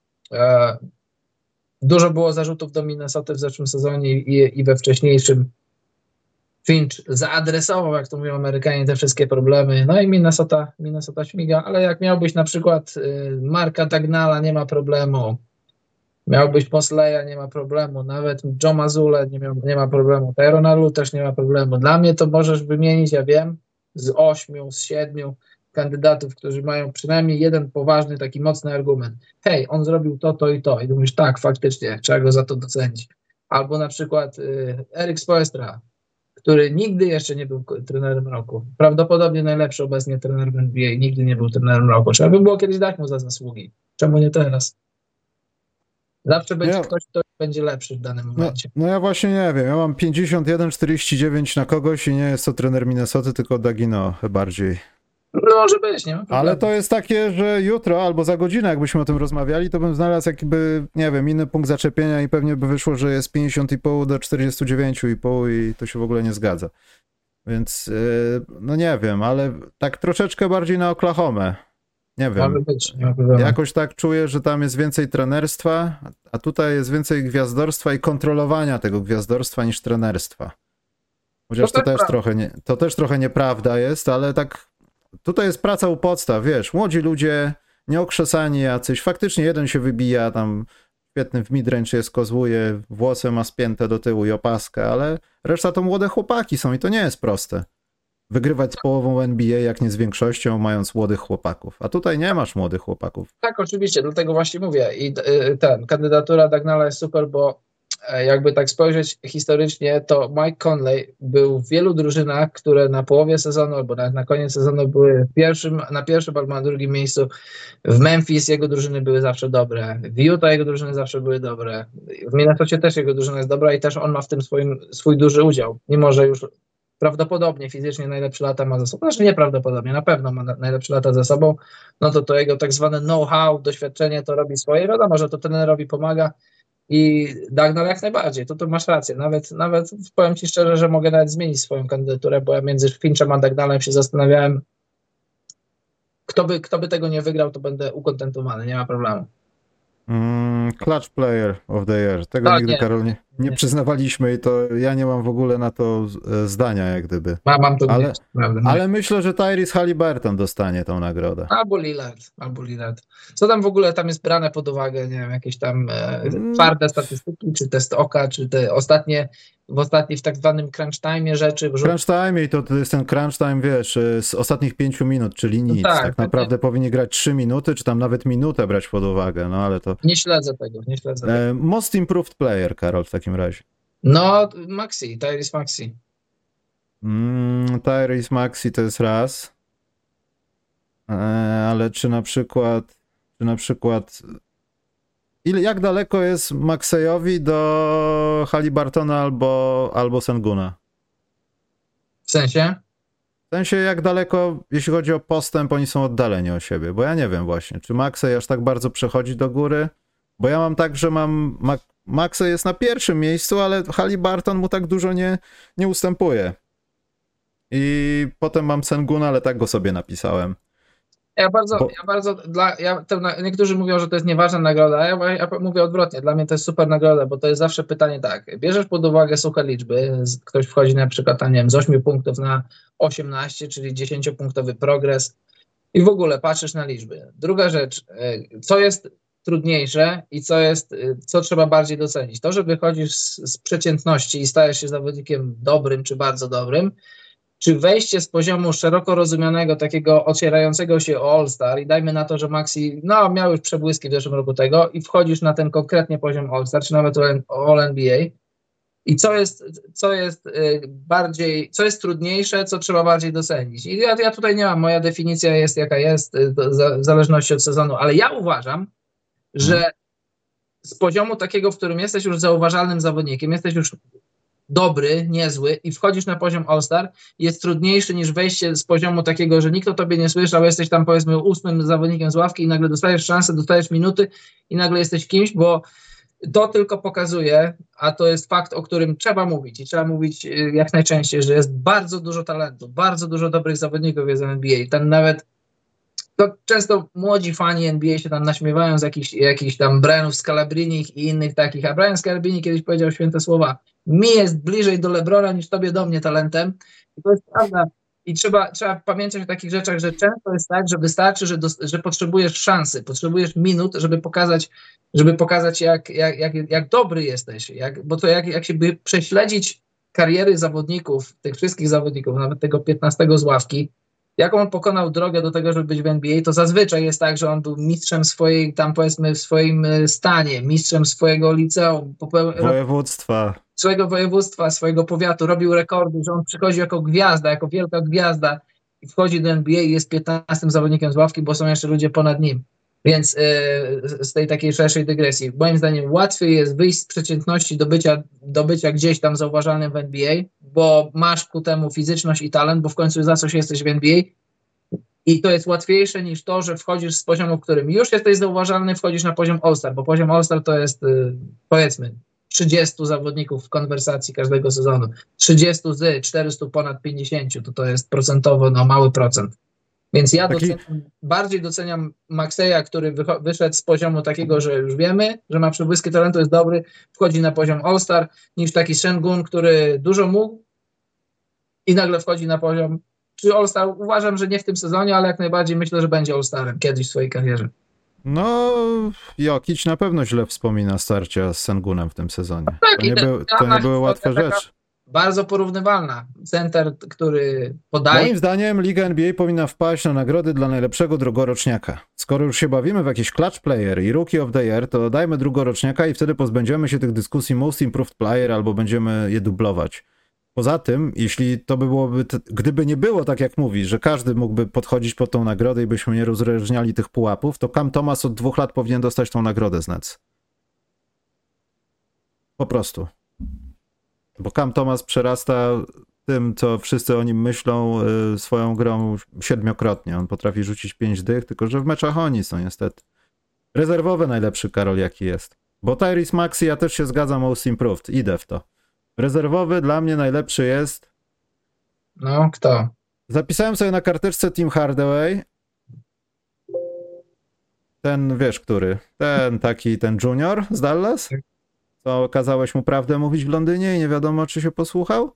Dużo było zarzutów do Minnesoty w zeszłym sezonie i we wcześniejszym. Finch zaadresował, jak to mówią Amerykanie, te wszystkie problemy. No i Minnesota śmiga, ale jak miałbyś na przykład Marka Dagnalla, nie ma problemu. Miałbyś Mosleya, nie ma problemu. Nawet Joe Mazzulla nie ma problemu. Tyronn Lue też nie ma problemu. Dla mnie to możesz wymienić, ja wiem, z 8, z 7 kandydatów, którzy mają przynajmniej jeden poważny, taki mocny argument. Hej, on zrobił to i to. I mówisz, tak, faktycznie, trzeba go za to docenić. Albo na przykład Erik Spoelstra, który nigdy jeszcze nie był trenerem roku. Prawdopodobnie najlepszy obecnie trener w NBA, nigdy nie był trenerem roku. Trzeba by było kiedyś dać mu za zasługi. Czemu nie teraz? Zawsze będzie ktoś, kto będzie lepszy w danym momencie. No ja właśnie nie wiem. Ja mam 51-49 na kogoś i nie jest to trener Minnesoty, tylko Dagino bardziej. No może być, nie ma problemu. Ale to jest takie, że jutro albo za godzinę, jakbyśmy o tym rozmawiali, to bym znalazł jakby, nie wiem, inny punkt zaczepienia i pewnie by wyszło, że jest 50,5 do 49,5 i to się w ogóle nie zgadza. Więc, no nie wiem, ale tak troszeczkę bardziej na Oklahomę. Nie wiem. Może być, nie ma problemu. Jakoś tak czuję, że tam jest więcej trenerstwa, a tutaj jest więcej gwiazdorstwa i kontrolowania tego gwiazdorstwa niż trenerstwa. Chociaż to też trochę nieprawda jest, ale tak tutaj jest praca u podstaw, wiesz, młodzi ludzie, nieokrzesani jacyś, faktycznie jeden się wybija, tam świetny w midrange jest, kozłuje, włosy ma spięte do tyłu i opaskę, ale reszta to młode chłopaki są i to nie jest proste. Wygrywać z połową NBA, jak nie z większością, mając młodych chłopaków. A tutaj nie masz młodych chłopaków. Tak, oczywiście, dlatego właśnie mówię. I kandydatura Dagnalla jest super, bo jakby tak spojrzeć historycznie, to Mike Conley był w wielu drużynach, które na połowie sezonu albo nawet na koniec sezonu były na pierwszym albo na drugim miejscu. W Memphis jego drużyny były zawsze dobre, w Utah jego drużyny zawsze były dobre, w Minnesocie też jego drużyna jest dobra i też on ma w tym swój duży udział, mimo że już prawdopodobnie fizycznie najlepsze lata ma za sobą, znaczy nieprawdopodobnie, na pewno ma najlepsze lata za sobą, no to jego tak zwane know-how, doświadczenie to robi swoje, wiadomo, że to trenerowi pomaga i Dagnall jak najbardziej, to masz rację, nawet powiem Ci szczerze, że mogę nawet zmienić swoją kandydaturę, bo ja między Finchem a Dagnallem się zastanawiałem, kto by tego nie wygrał, to będę ukontentowany, nie ma problemu. Clutch Player of the Year. Tego Tak, nigdy, nie. Karol, nie przyznawaliśmy i to ja nie mam w ogóle na to zdania, jak gdyby. Mam to ale, gdzieś, prawda. ale myślę, że Tyrese Haliburton dostanie tą nagrodę. Albo Lillard. Co tam w ogóle tam jest brane pod uwagę, nie wiem, jakieś tam twarde statystyki, czy test oka, czy te ostatnie w tak zwanym crunch time rzeczy. Crunch time i to jest ten crunch time, wiesz, z ostatnich 5 minut, czyli nic. No tak naprawdę powinni grać 3 minuty, czy tam nawet minutę brać pod uwagę, no ale to... Nie śledzę tego. Most Improved Player, Karol, w takim razie. No, Tyrese Maxey. Tyrese Maxey to jest raz. Ale czy na przykład jak daleko jest Maxeyowi do Haliburtona albo Senguna? W sensie? W sensie jak daleko, jeśli chodzi o postęp, oni są oddaleni od siebie, bo ja nie wiem właśnie, czy Maxey aż tak bardzo przechodzi do góry, bo ja mam tak, że Maxey jest na pierwszym miejscu, ale Haliburton mu tak dużo nie ustępuje. I potem mam Senguna, ale tak go sobie napisałem. Niektórzy mówią, że to jest nieważna nagroda, a ja mówię odwrotnie. Dla mnie to jest super nagroda, bo to jest zawsze pytanie tak. Bierzesz pod uwagę suche liczby, ktoś wchodzi na przykład, nie wiem, z 8 punktów na 18, czyli 10-punktowy progres i w ogóle patrzysz na liczby. Druga rzecz, co jest trudniejsze i co trzeba bardziej docenić. To, że wychodzisz z przeciętności i stajesz się zawodnikiem dobrym czy bardzo dobrym, czy wejście z poziomu szeroko rozumianego, takiego otwierającego się o All-Star i dajmy na to, że Maxey miał już przebłyski w zeszłym roku tego i wchodzisz na ten konkretnie poziom All-Star, czy nawet All-NBA i co jest trudniejsze, co trzeba bardziej docenić. I ja tutaj nie mam, moja definicja jest jaka jest, w zależności od sezonu, ale ja uważam, że z poziomu takiego, w którym jesteś już zauważalnym zawodnikiem, jesteś już dobry, niezły i wchodzisz na poziom All-Star, jest trudniejszy niż wejście z poziomu takiego, że nikt o tobie nie słyszał, jesteś tam powiedzmy 8. zawodnikiem z ławki i nagle dostajesz szansę, dostajesz minuty i nagle jesteś kimś, bo to tylko pokazuje, a to jest fakt, o którym trzeba mówić i trzeba mówić jak najczęściej, że jest bardzo dużo talentu, bardzo dużo dobrych zawodników jest w NBA. Tam nawet często młodzi fani NBA się tam naśmiewają z jakichś tam Brianów Scalabrinich i innych takich, a Brian Scalabrini kiedyś powiedział święte słowa: mi jest bliżej do LeBrona niż tobie do mnie talentem. I to jest prawda. I trzeba pamiętać o takich rzeczach, że często jest tak, że wystarczy, że potrzebujesz szansy, potrzebujesz minut, żeby pokazać jak dobry jesteś. Bo to jak się by prześledzić kariery zawodników, tych wszystkich zawodników, nawet tego 15 z ławki, jaką on pokonał drogę do tego, żeby być w NBA, to zazwyczaj jest tak, że on był mistrzem swojej, tam powiedzmy w swoim stanie, mistrzem swojego liceum, swojego województwa, swojego powiatu, robił rekordy, że on przychodzi jako gwiazda, jako wielka gwiazda i wchodzi do NBA i jest 15 zawodnikiem z ławki, bo są jeszcze ludzie ponad nim. Więc z tej takiej szerszej dygresji, moim zdaniem łatwiej jest wyjść z przeciętności do bycia gdzieś tam zauważalnym w NBA, bo masz ku temu fizyczność i talent, bo w końcu za coś jesteś w NBA i to jest łatwiejsze niż to, że wchodzisz z poziomu, w którym już jesteś zauważalny, wchodzisz na poziom All-Star, bo poziom All-Star to jest powiedzmy 30 zawodników w konwersacji każdego sezonu, 30 z 400 ponad 50, to jest procentowo mały procent. Więc ja bardziej doceniam Maxeya, który wyszedł z poziomu takiego, że już wiemy, że ma przebłyski talentu, jest dobry, wchodzi na poziom All-Star, niż taki Sengun, który dużo mógł i nagle wchodzi na poziom czy All-Star. Uważam, że nie w tym sezonie, ale jak najbardziej myślę, że będzie All-Starem kiedyś w swojej karierze. No, Jokic na pewno źle wspomina starcia z Sengunem w tym sezonie. Tak, to nie były łatwe rzeczy. bardzo porównywalna. Center, który podaje... Moim zdaniem Liga NBA powinna wpaść na nagrody dla najlepszego drugoroczniaka. Skoro już się bawimy w jakiś clutch player i rookie of the year, to dajmy drugoroczniaka i wtedy pozbędziemy się tych dyskusji most improved player albo będziemy je dublować. Poza tym, jeśli to byłoby, gdyby nie było tak jak mówi, że każdy mógłby podchodzić pod tą nagrodę i byśmy nie rozróżniali tych pułapów, to Cam Thomas od 2 lat powinien dostać tą nagrodę z Nets. Po prostu. Bo Cam Thomas przerasta tym, co wszyscy o nim myślą, swoją grą 7-krotnie. On potrafi rzucić 5 dych, tylko że w meczach o nic, no niestety. Rezerwowy najlepszy, Karol, jaki jest. Bo Tyrese Maxey, ja też się zgadzam, most improved. Idę w to. Rezerwowy dla mnie najlepszy jest... No, kto? Zapisałem sobie na karteczce Tim Hardaway. Ten, wiesz, który? Ten junior z Dallas? Co kazałeś mu prawdę mówić w Londynie i nie wiadomo, czy się posłuchał?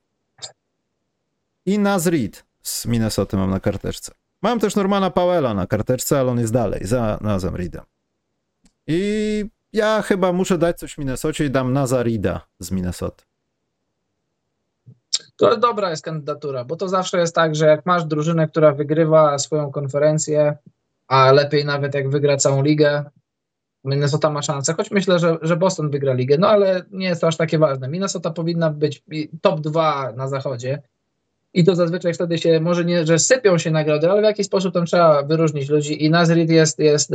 I Naz Reid z Minnesota mam na karteczce. Mam też Normana Powella na karteczce, ale on jest dalej, za Nazem Reidem. I ja chyba muszę dać coś Minnesocie i dam Naza Reida z Minnesota. To dobra jest kandydatura, bo to zawsze jest tak, że jak masz drużynę, która wygrywa swoją konferencję, a lepiej nawet jak wygra całą ligę, Minnesota ma szansę, choć myślę, że Boston wygra ligę, no ale nie jest to aż takie ważne. Minnesota powinna być top 2 na zachodzie i to zazwyczaj wtedy się, może nie, że sypią się nagrody, ale w jakiś sposób tam trzeba wyróżnić ludzi i Naz Reid jest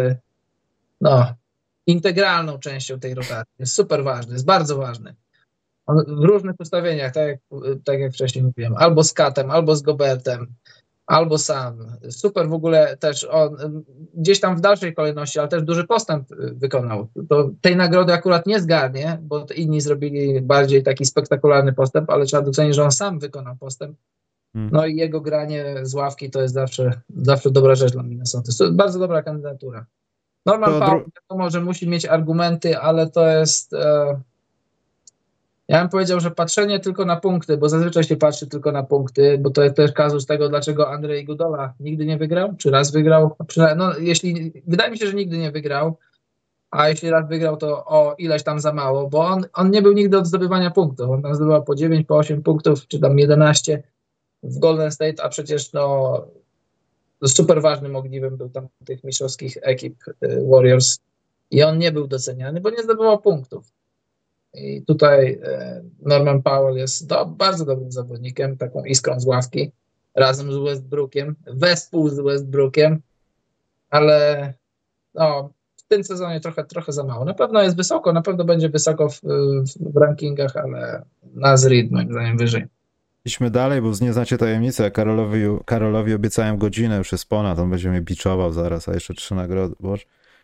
integralną częścią tej rotacji. Jest super ważny, jest bardzo ważny. On w różnych ustawieniach, tak jak wcześniej mówiłem, albo z Katem, albo z Gobertem, albo sam. Super w ogóle też on gdzieś tam w dalszej kolejności, ale też duży postęp wykonał. To tej nagrody akurat nie zgarnie, bo inni zrobili bardziej taki spektakularny postęp, ale trzeba docenić, że on sam wykonał postęp. No i jego granie z ławki to jest zawsze dobra rzecz dla Minnesota. To jest bardzo dobra kandydatura. Norman Powell wiadomo, że musi mieć argumenty, ale to jest... Ja bym powiedział, że patrzenie tylko na punkty, bo zazwyczaj się patrzy tylko na punkty, bo to jest też kazus tego, dlaczego Andrzej Iguodala nigdy nie wygrał, czy raz wygrał. No, wydaje mi się, że nigdy nie wygrał, a jeśli raz wygrał, to o ileś tam za mało, bo on nie był nigdy od zdobywania punktów. On tam zdobywał po 9, po 8 punktów, czy tam 11 w Golden State, a przecież super ważnym ogniwem był tam tych mistrzowskich ekip Warriors i on nie był doceniany, bo nie zdobywał punktów. I tutaj Norman Powell jest bardzo dobrym zawodnikiem, taką iskrą z ławki, razem z Westbrookiem, wespół z Westbrookiem, ale w tym sezonie trochę za mało. Na pewno jest wysoko, na pewno będzie wysoko w rankingach, ale Naz Reid moim zdaniem wyżej. Idźmy dalej, bo nie znacie tajemnicy, a Karolowi obiecałem godzinę, już jest ponad, on będzie mnie biczował zaraz, a jeszcze 3 nagrody. Boże.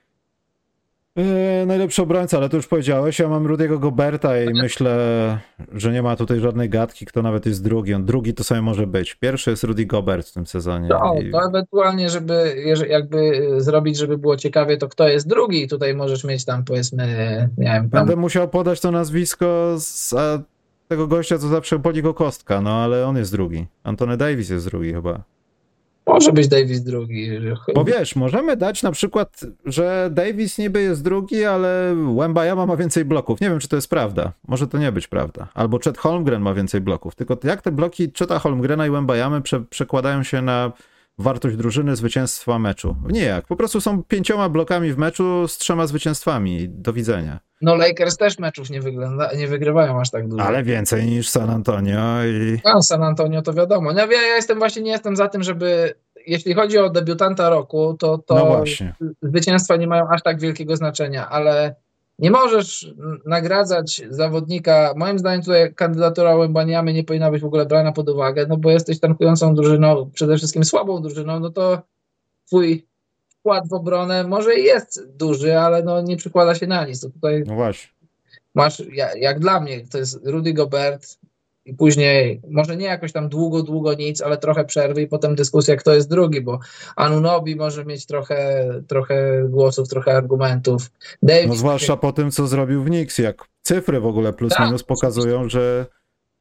Najlepszy obrońca, ale to już powiedziałeś, ja mam Rudy'ego Goberta i myślę, że nie ma tutaj żadnej gadki, kto nawet jest drugi. On drugi to sobie może być. Pierwszy jest Rudy Gobert w tym sezonie. To ewentualnie, jakby zrobić, żeby było ciekawie, to kto jest drugi. Tutaj możesz mieć tam, powiedzmy, nie wiem. Będę musiał podać to nazwisko tego gościa, co zawsze boli go kostka, no ale on jest drugi. Anthony Davis jest drugi chyba. Może być Davis drugi. Bo wiesz, możemy dać na przykład, że Davis niby jest drugi, ale Wembanyama ma więcej bloków. Nie wiem, czy to jest prawda. Może to nie być prawda. Albo Chet Holmgren ma więcej bloków. Tylko jak te bloki Cheta Holmgrena i Wembanyamy przekładają się na wartość drużyny, zwycięstwa meczu? Nijak. Po prostu są 5 blokami w meczu z 3 zwycięstwami. Do widzenia. No Lakers też meczów nie wygrywają aż tak dużo. Ale więcej niż San Antonio i... No, San Antonio to wiadomo. Ja nie jestem za tym, żeby... Jeśli chodzi o debiutanta roku, to zwycięstwa nie mają aż tak wielkiego znaczenia, ale nie możesz nagradzać zawodnika. Moim zdaniem tutaj kandydatura Wembanyamy nie powinna być w ogóle brana pod uwagę, no bo jesteś tankującą drużyną, przede wszystkim słabą drużyną, no to twój wkład w obronę może i jest duży, ale nie przykłada się na nic. To tutaj no właśnie. masz, jak dla mnie, to jest Rudy Gobert i później, może nie jakoś tam długo nic, ale trochę przerwy i potem dyskusja, kto jest drugi, bo Anunoby może mieć trochę głosów, trochę argumentów. Davis, no zwłaszcza po tym, co zrobił w Knicks, jak cyfry w ogóle plus minus pokazują, że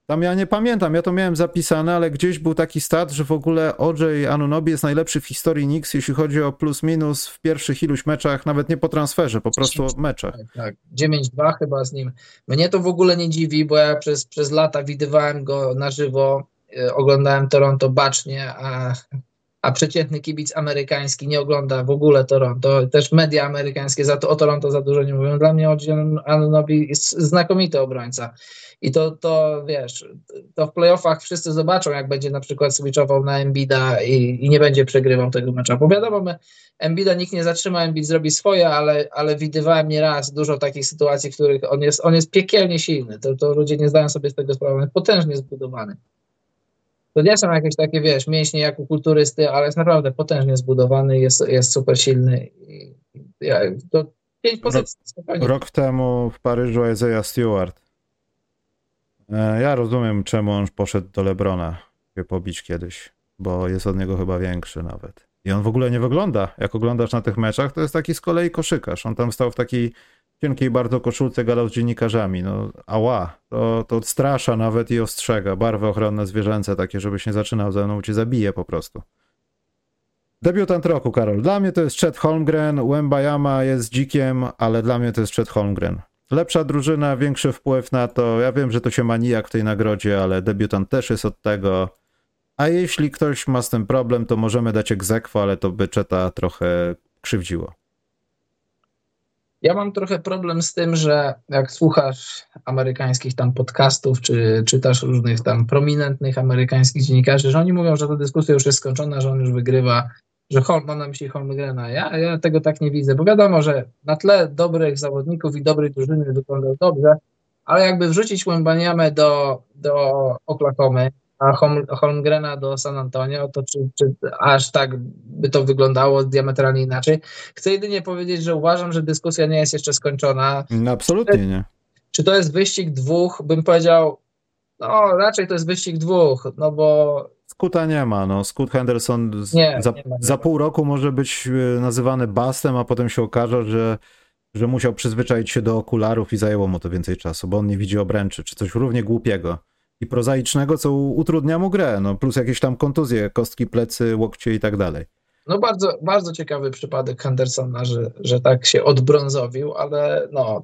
Tam ja nie pamiętam, ja to miałem zapisane, ale gdzieś był taki stat, że w ogóle OJ Anunoby jest najlepszy w historii Knicks, jeśli chodzi o plus minus w pierwszych iluś meczach, nawet nie po transferze, po prostu w meczach. Tak, 9-2 chyba z nim. Mnie to w ogóle nie dziwi, bo ja przez lata widywałem go na żywo, oglądałem Toronto bacznie, a przeciętny kibic amerykański nie ogląda w ogóle Toronto. Też media amerykańskie o Toronto za dużo nie mówią. Dla mnie OG Anunoby jest znakomity obrońca. I to wiesz, to w playoffach wszyscy zobaczą, jak będzie na przykład switchował na Embida i nie będzie przegrywał tego mecza. Bo wiadomo, Embida nikt nie zatrzyma, Embiid zrobi swoje, ale widywałem nieraz dużo takich sytuacji, w których on jest piekielnie silny. To ludzie nie zdają sobie z tego sprawy. On jest potężnie zbudowany. To nie są jakieś takie, wiesz, mięśnie jak u kulturysty, ale jest naprawdę potężnie zbudowany, jest super silny. To 5 pozycji. Spokojnie. Rok temu w Paryżu Isaiah Stewart. Ja rozumiem, czemu on poszedł do LeBrona się pobić kiedyś, bo jest od niego chyba większy nawet. I on w ogóle nie wygląda, jak oglądasz na tych meczach, to jest taki z kolei koszykarz. On tam stał w takiej cienkiej bardzo koszulce, gadał z dziennikarzami. No ała, to odstrasza nawet i ostrzega. Barwy ochronne zwierzęce takie, żebyś nie zaczynał ze mną, cię zabije po prostu. Debiutant roku, Karol. Dla mnie to jest Chet Holmgren, Wembanyama jest dzikiem, ale dla mnie to jest Chet Holmgren. Lepsza drużyna, większy wpływ na to. Ja wiem, że to się ma nijak w tej nagrodzie, ale debiutant też jest od tego. A jeśli ktoś ma z tym problem, to możemy dać egzekwo, ale to by Cheta trochę krzywdziło. Ja mam trochę problem z tym, że jak słuchasz amerykańskich tam podcastów, czy czytasz różnych tam prominentnych amerykańskich dziennikarzy, że oni mówią, że ta dyskusja już jest skończona, że on już wygrywa, że mam na myśli Holmgrena. Ja tego tak nie widzę, bo wiadomo, że na tle dobrych zawodników i dobrej drużyny wyglądał dobrze, ale jakby wrzucić Wembanyamę do Oklahomy, a Holmgrena do San Antonio, to czy aż tak by to wyglądało diametralnie inaczej? Chcę jedynie powiedzieć, że uważam, że dyskusja nie jest jeszcze skończona. No, absolutnie nie. Czy to jest wyścig dwóch? Bym powiedział, no raczej to jest wyścig dwóch, no bo... Scoota nie ma, no. Scoot Henderson Nie za pół roku może być nazywany bustem, a potem się okaże, że musiał przyzwyczaić się do okularów i zajęło mu to więcej czasu, bo on nie widzi obręczy, czy coś równie głupiego i prozaicznego, co utrudnia mu grę, no plus jakieś tam kontuzje, kostki, plecy, łokcie i tak dalej. No bardzo, bardzo ciekawy przypadek Hendersona, że tak się odbrązowił, ale no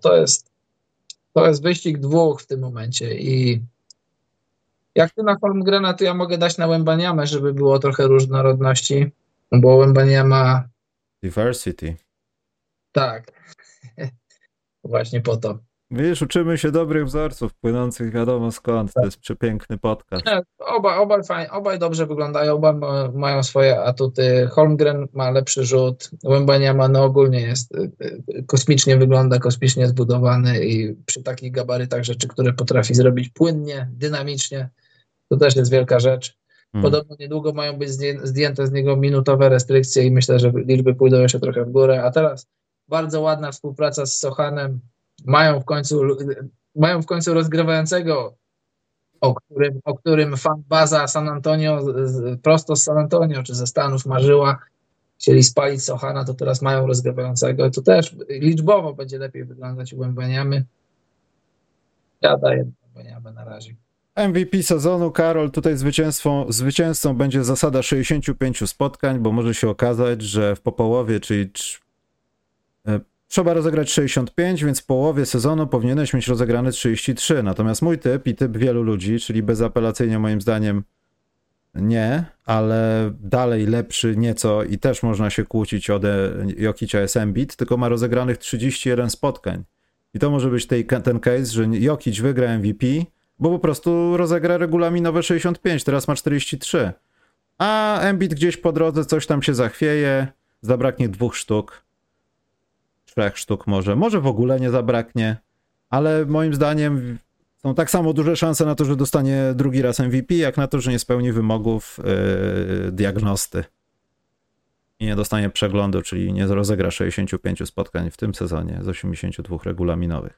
to jest wyścig dwóch w tym momencie i jak ty na Holmgrena, to ja mogę dać na Wembanyamę, żeby było trochę różnorodności, bo Wembanyama... Diversity. Tak, właśnie po to. Wiesz, uczymy się dobrych wzorców płynących wiadomo skąd. To jest przepiękny podcast. Obaj dobrze wyglądają, obaj mają swoje atuty. Holmgren ma lepszy rzut, Wembanyama no ogólnie jest kosmicznie wygląda, kosmicznie zbudowany i przy takich gabarytach rzeczy, które potrafi zrobić płynnie, dynamicznie, to też jest wielka rzecz. Podobno niedługo mają być zdjęte z niego minutowe restrykcje i myślę, że liczby pójdą jeszcze trochę w górę, a teraz bardzo ładna współpraca z Sochanem. Mają w końcu rozgrywającego, o którym fan baza San Antonio, prosto z San Antonio, czy ze Stanów marzyła. Chcieli spalić Sochana, to teraz mają rozgrywającego. To też liczbowo będzie lepiej wyglądać u Wembanyamy. Ja daję Wembanyamę na razie. MVP sezonu, Karol, tutaj zwycięzcą będzie zasada 65 spotkań, bo może się okazać, że w połowie, czyli trzeba rozegrać 65, więc w połowie sezonu powinieneś mieć rozegrane 33. Natomiast mój typ i typ wielu ludzi, czyli bezapelacyjnie moim zdaniem nie, ale dalej lepszy nieco i też można się kłócić o Jokicia jest Embiid, tylko ma rozegranych 31 spotkań. I to może być ten case, że Jokic wygra MVP, bo po prostu rozegra regulaminowe 65, teraz ma 43. A Embiid gdzieś po drodze coś tam się zachwieje, zabraknie 2 sztuk. 3 sztuk może w ogóle nie zabraknie, ale moim zdaniem są tak samo duże szanse na to, że dostanie drugi raz MVP, jak na to, że nie spełni wymogów diagnosty i nie dostanie przeglądu, czyli nie rozegra 65 spotkań w tym sezonie z 82 regulaminowych.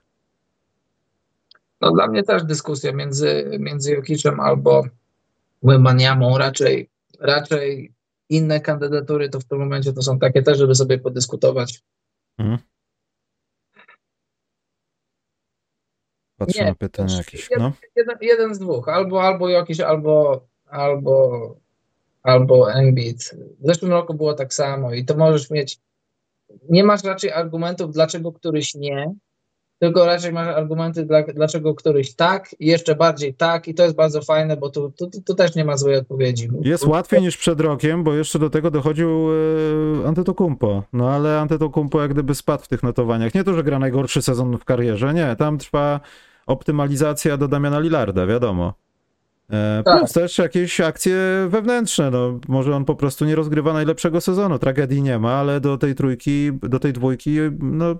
No dla mnie też dyskusja między Jokicem albo Wembanyamą, raczej inne kandydatury to w tym momencie to są takie też, żeby sobie podyskutować. Patrzę na pytania jakieś. No. Jeden z dwóch. Albo Jokic, albo Embiid. W zeszłym roku było tak samo i to możesz mieć. Nie masz raczej argumentów, dlaczego któryś nie, tylko raczej masz argumenty, dlaczego któryś tak i jeszcze bardziej tak i to jest bardzo fajne, bo tu też nie ma złej odpowiedzi. Jest łatwiej niż przed rokiem, bo jeszcze do tego dochodził Antetokounmpo. No ale Antetokounmpo jak gdyby spadł w tych notowaniach. Nie to, że gra najgorszy sezon w karierze, nie. Tam trwa optymalizacja do Damiana Lillarda, wiadomo. Plus też jakieś akcje wewnętrzne. No, może on po prostu nie rozgrywa najlepszego sezonu. Tragedii nie ma, ale do tej dwójki no,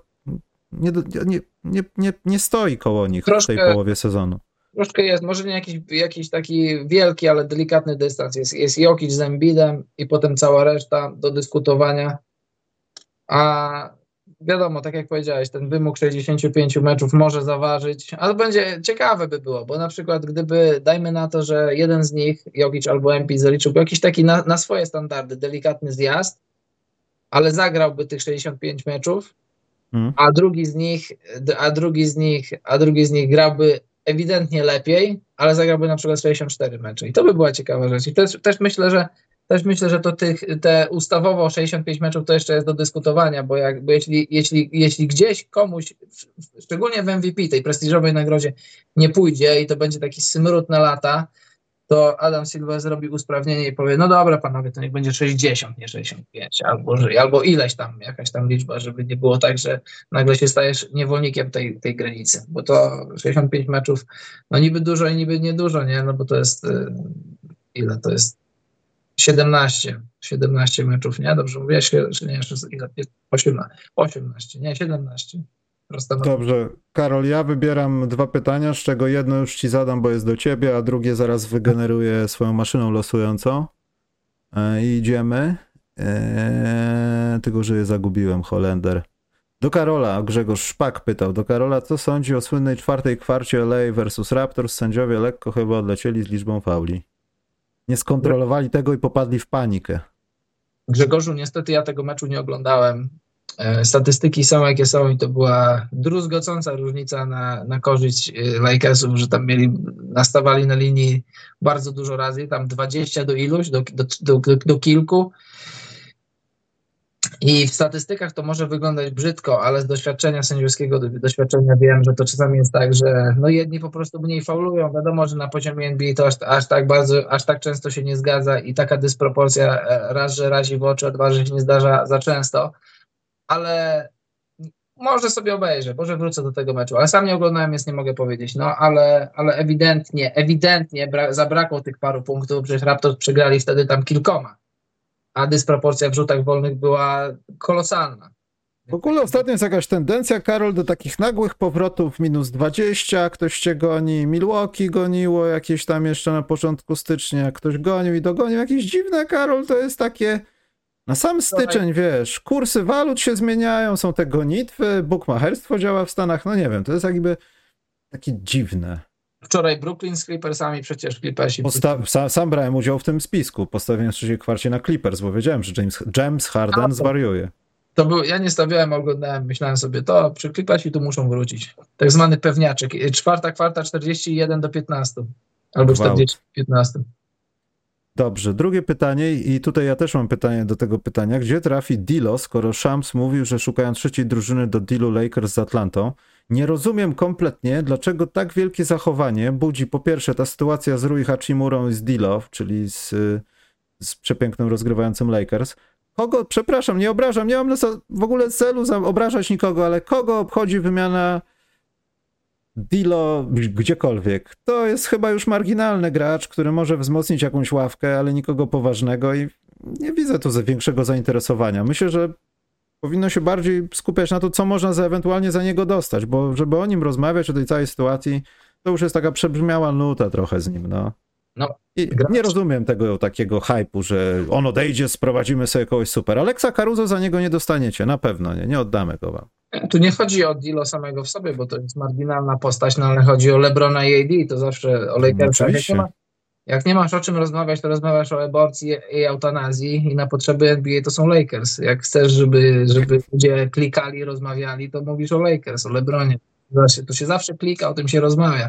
nie stoi koło nich w tej połowie sezonu. Troszkę jest, może nie jakiś taki wielki, ale delikatny dystans. Jest Jokic z Embiidem i potem cała reszta do dyskutowania. A wiadomo, tak jak powiedziałeś, ten wymóg 65 meczów może zaważyć, ale będzie ciekawe by było, bo na przykład gdyby, dajmy na to, że jeden z nich, Jokic albo Embiid, zaliczyłby jakiś taki na swoje standardy delikatny zjazd, ale zagrałby tych 65 meczów, a drugi z nich grałby ewidentnie lepiej, ale zagrałby na przykład 64 mecze. I to by była ciekawa rzecz. I też myślę, że to te ustawowo 65 meczów to jeszcze jest do dyskutowania, bo jeśli gdzieś komuś, szczególnie w MVP, tej prestiżowej nagrodzie, nie pójdzie i to będzie taki smród na lata, to Adam Silver zrobi usprawnienie i powie, no dobra panowie, to niech będzie 60, nie 65, albo ileś tam, jakaś tam liczba, żeby nie było tak, że nagle się stajesz niewolnikiem tej granicy, bo to 65 meczów, no niby dużo i niby niedużo, nie, no bo to jest, ile to jest? 17 meczów, nie? Dobrze mówię, czy nie, jeszcze ile? 18, nie, 17. Dobrze, Karol, ja wybieram 2 pytania, z czego jedno już ci zadam, bo jest do ciebie, a drugie zaraz wygeneruję swoją maszyną losującą. I idziemy. Tylko, że je zagubiłem, Holender. Do Karola, Grzegorz Szpak pytał. Do Karola, co sądzi o słynnej 4. kwarcie LA versus Raptors? Sędziowie lekko chyba odlecieli z liczbą fauli. Nie skontrolowali tego i popadli w panikę. Grzegorzu, niestety ja tego meczu nie oglądałem. Statystyki są jakie są i to była druzgocąca różnica na korzyść Lakersów, że tam nastawali na linii bardzo dużo razy, tam 20 do iluś, do kilku. I w statystykach to może wyglądać brzydko, ale z doświadczenia sędziowskiego, doświadczenia wiem, że to czasami jest tak, że no jedni po prostu mniej faulują. Wiadomo, że na poziomie NBA to aż tak często się nie zgadza i taka dysproporcja raz, że razi w oczy, a dwa, że się nie zdarza za często. Ale może sobie obejrzę, może wrócę do tego meczu, ale sam nie oglądałem, więc nie mogę powiedzieć. No ale ewidentnie zabrakło tych paru punktów, przecież Raptors przegrali wtedy tam kilkoma, a dysproporcja w rzutach wolnych była kolosalna. W ogóle ostatnio jest jakaś tendencja, Karol, do takich nagłych powrotów minus 20, ktoś cię goni, Milwaukee goniło jakieś tam jeszcze na początku stycznia, ktoś gonił i dogonił, jakieś dziwne, Karol, to jest takie na sam styczeń, wiesz, kursy walut się zmieniają, są te gonitwy, bukmacherstwo działa w Stanach, no nie wiem, to jest jakby takie dziwne. Wczoraj Brooklyn z Clippersami, przecież Clippersi... Sam brałem udział w tym spisku, postawiłem w trzeciej kwarcie na Clippers, bo wiedziałem, że James Harden zwariuje. Ja nie stawiałem, oglądałem, myślałem sobie, to przy Clippersi tu muszą wrócić. Tak zwany pewniaczek. 4. kwarta 41-15. Albo 40-15. Dobrze, drugie pytanie i tutaj ja też mam pytanie do tego pytania. Gdzie trafi Dilo, skoro Shams mówił, że szukają trzeciej drużyny do dealu Lakers z Atlantą? Nie rozumiem kompletnie, dlaczego tak wielkie zachowanie budzi po pierwsze ta sytuacja z Rui Hachimurą i z Dilo, czyli z przepięknym rozgrywającym Lakers. Kogo, przepraszam, nie obrażam, nie mam w ogóle celu obrażać nikogo, ale kogo obchodzi wymiana Dilo gdziekolwiek? To jest chyba już marginalny gracz, który może wzmocnić jakąś ławkę, ale nikogo poważnego i nie widzę tu większego zainteresowania. Myślę, że powinno się bardziej skupiać na to, co można ewentualnie za niego dostać, bo żeby o nim rozmawiać, o tej całej sytuacji, to już jest taka przebrzmiała nuta trochę z nim, no. I nie rozumiem tego takiego hype'u, że on odejdzie, sprowadzimy sobie kogoś super. Alexa Caruso za niego nie dostaniecie, na pewno nie oddamy go wam. Tu nie chodzi o Dilo samego w sobie, bo to jest marginalna postać, no ale chodzi o LeBrona i AD, to zawsze o Lakersach. Jak nie masz o czym rozmawiać, to rozmawiasz o aborcji i eutanazji i na potrzeby NBA to są Lakers. Jak chcesz, żeby ludzie klikali, rozmawiali, to mówisz o Lakers, o LeBronie. Tu się zawsze klika, o tym się rozmawia.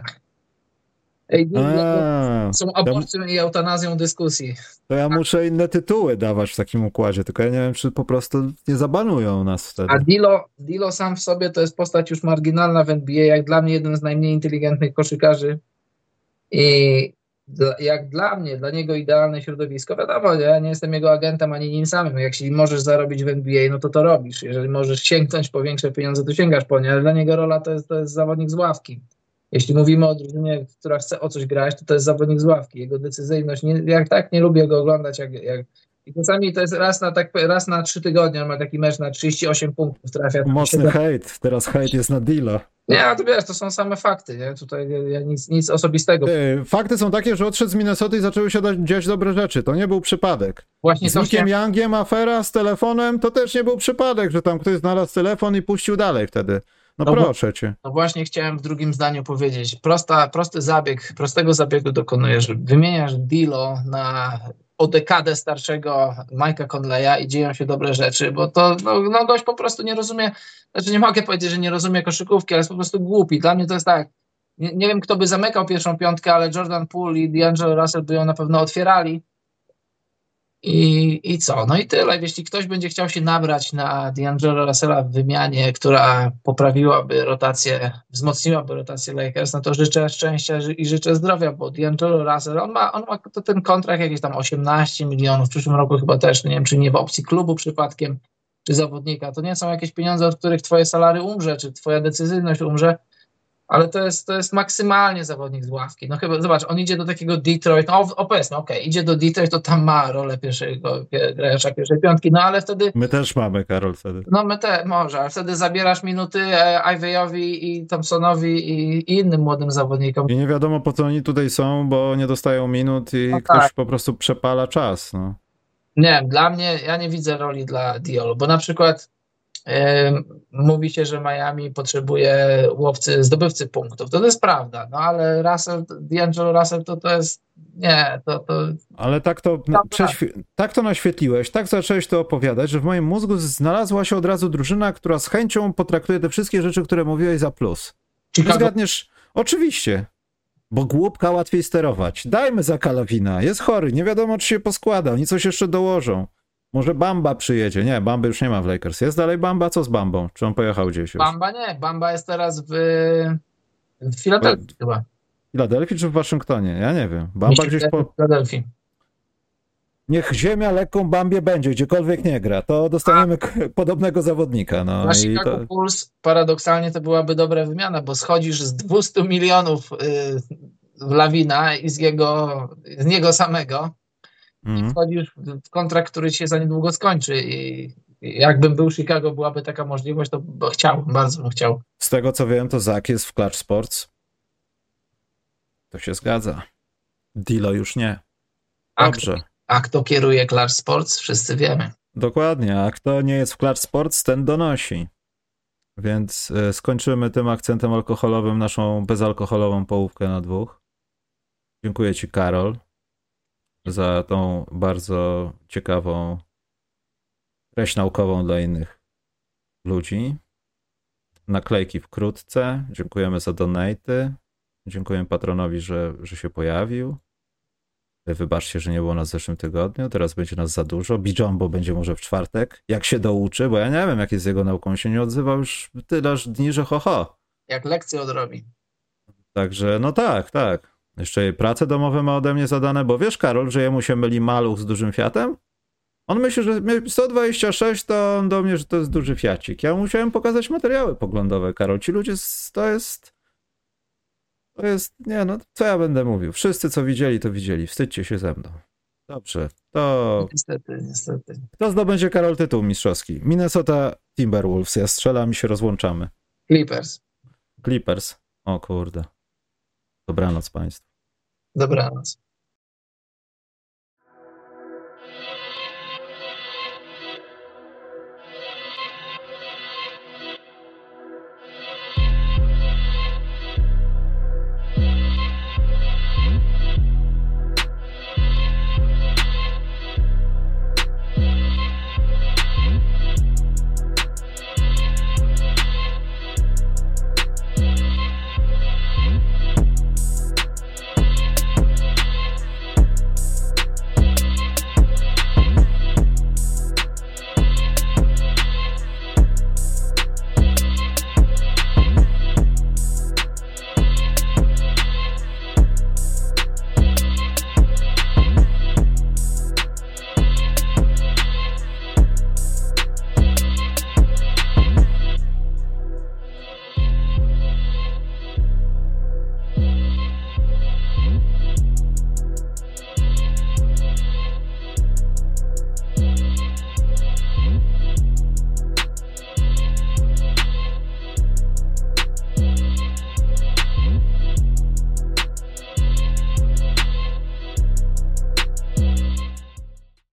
Są aborcją i eutanazją dyskusji. To ja muszę inne tytuły dawać w takim układzie, tylko ja nie wiem, czy po prostu nie zabanują nas wtedy. A D'Lo sam w sobie to jest postać już marginalna w NBA, jak dla mnie jeden z najmniej inteligentnych koszykarzy i jak dla mnie, dla niego idealne środowisko. Wiadomo, ja nie jestem jego agentem ani nim samym. Jeśli możesz zarobić w NBA, no to robisz. Jeżeli możesz sięgnąć po większe pieniądze, to sięgasz po nie, ale dla niego rola to jest zawodnik z ławki. Jeśli mówimy o drużynie, która chce o coś grać, to jest zawodnik z ławki. Jego decyzyjność, nie lubię go oglądać. I czasami to jest raz na 3 tygodnie, on ma taki mecz na 38 punktów trafia. Mocny hejt, teraz hejt jest na D'Lo. Nie, to wiesz, to są same fakty, nie? Tutaj nic osobistego. Fakty są takie, że odszedł z Minnesoty i zaczęły się dziać dobre rzeczy. To nie był przypadek. Właśnie z Nickiem Youngiem afera z telefonem, to też nie był przypadek, że tam ktoś znalazł telefon i puścił dalej wtedy. No proszę cię. No właśnie chciałem w drugim zdaniu powiedzieć. Prostego zabiegu dokonujesz. Wymieniasz D'Lo na o dekadę starszego Mike'a Conleya i dzieją się dobre rzeczy, bo to gość po prostu nie rozumie, znaczy nie mogę powiedzieć, że nie rozumie koszykówki, ale jest po prostu głupi. Dla mnie to jest tak, nie wiem kto by zamykał pierwszą piątkę, ale Jordan Poole i D'Angelo Russell by ją na pewno otwierali. I co? No i tyle. Jeśli ktoś będzie chciał się nabrać na D'Angelo Russella w wymianie, która poprawiłaby rotację, wzmocniłaby rotację Lakers, no to życzę szczęścia i życzę zdrowia, bo D'Angelo Russell, on ma to ten kontrakt jakieś tam 18 milionów, w przyszłym roku chyba też, nie wiem, czy nie w opcji klubu przypadkiem, czy zawodnika. To nie są jakieś pieniądze, od których twoje salary umrze, czy twoja decyzyjność umrze, ale to jest maksymalnie zawodnik z ławki. No chyba, zobacz, on idzie do takiego Detroit, powiedzmy, idzie do Detroit, to tam ma rolę gracza pierwszej piątki, no ale wtedy... My też mamy, Karol, wtedy. No może, ale wtedy zabierasz minuty Iveyowi i Thompsonowi i innym młodym zawodnikom. I nie wiadomo, po co oni tutaj są, bo nie dostają minut i ktoś po prostu przepala czas, no. Nie, dla mnie, ja nie widzę roli dla Diolo, bo na przykład mówi się, że Miami potrzebuje zdobywcy punktów. To jest prawda, no ale D'Angelo Russell to jest... Nie, to... Ale tak to naświetliłeś, tak zacząłeś to opowiadać, że w moim mózgu znalazła się od razu drużyna, która z chęcią potraktuje te wszystkie rzeczy, które mówiłeś za plus. Chicago... Zgadniesz? Oczywiście. Bo głupka łatwiej sterować. Dajmy za Kalawina. Jest chory, nie wiadomo, czy się poskłada. Oni coś jeszcze dołożą. Może Bamba przyjedzie. Nie, Bamby już nie ma w Lakers. Jest dalej Bamba? Co z Bambą? Czy on pojechał gdzieś już? Bamba nie. Bamba jest teraz w Filadelfii chyba. W Filadelfii czy w Waszyngtonie? Ja nie wiem. Bamba gdzieś w Filadelfii. Niech ziemia lekką Bambie będzie, gdziekolwiek nie gra. To dostaniemy podobnego zawodnika. No, na Chicago Bulls paradoksalnie to byłaby dobra wymiana, bo schodzisz z 200 milionów w Lawina i z niego samego. I wchodzisz w kontrakt, który się za niedługo skończy i jakbym był Chicago, byłaby taka możliwość, to bardzo bym chciał. Z tego co wiem, to Zach jest w Clutch Sports. To się zgadza. D'Lo już nie. Dobrze. A kto kieruje Clutch Sports? Wszyscy wiemy. Dokładnie, a kto nie jest w Clutch Sports, ten donosi. Więc skończymy tym akcentem alkoholowym naszą bezalkoholową połówkę na 2. Dziękuję ci, Karol, za tą bardzo ciekawą treść naukową dla innych ludzi. Naklejki wkrótce. Dziękujemy za donaty. Dziękuję patronowi, że się pojawił. Wybaczcie, że nie było nas w zeszłym tygodniu. Teraz będzie nas za dużo. Bijombo będzie może w czwartek. Jak się douczy, bo ja nie wiem, jak jest z jego nauką. On się nie odzywał już tyle dni, że ho. Jak lekcję odrobi. Także, no tak. Jeszcze prace domowe ma ode mnie zadane, bo wiesz, Karol, że jemu się myli maluch z dużym Fiatem? On myśli, że 126 to on do mnie, że to jest duży Fiacik. Ja musiałem pokazać materiały poglądowe, Karol. Ci ludzie, to jest, nie no, co ja będę mówił? Wszyscy, co widzieli, to widzieli. Wstydźcie się ze mną. Dobrze, to... Niestety. Kto zdobędzie, Karol, tytuł mistrzowski? Minnesota Timberwolves. Ja strzelam i się rozłączamy. Clippers. O kurde. Dobranoc państwu. Dobranoc.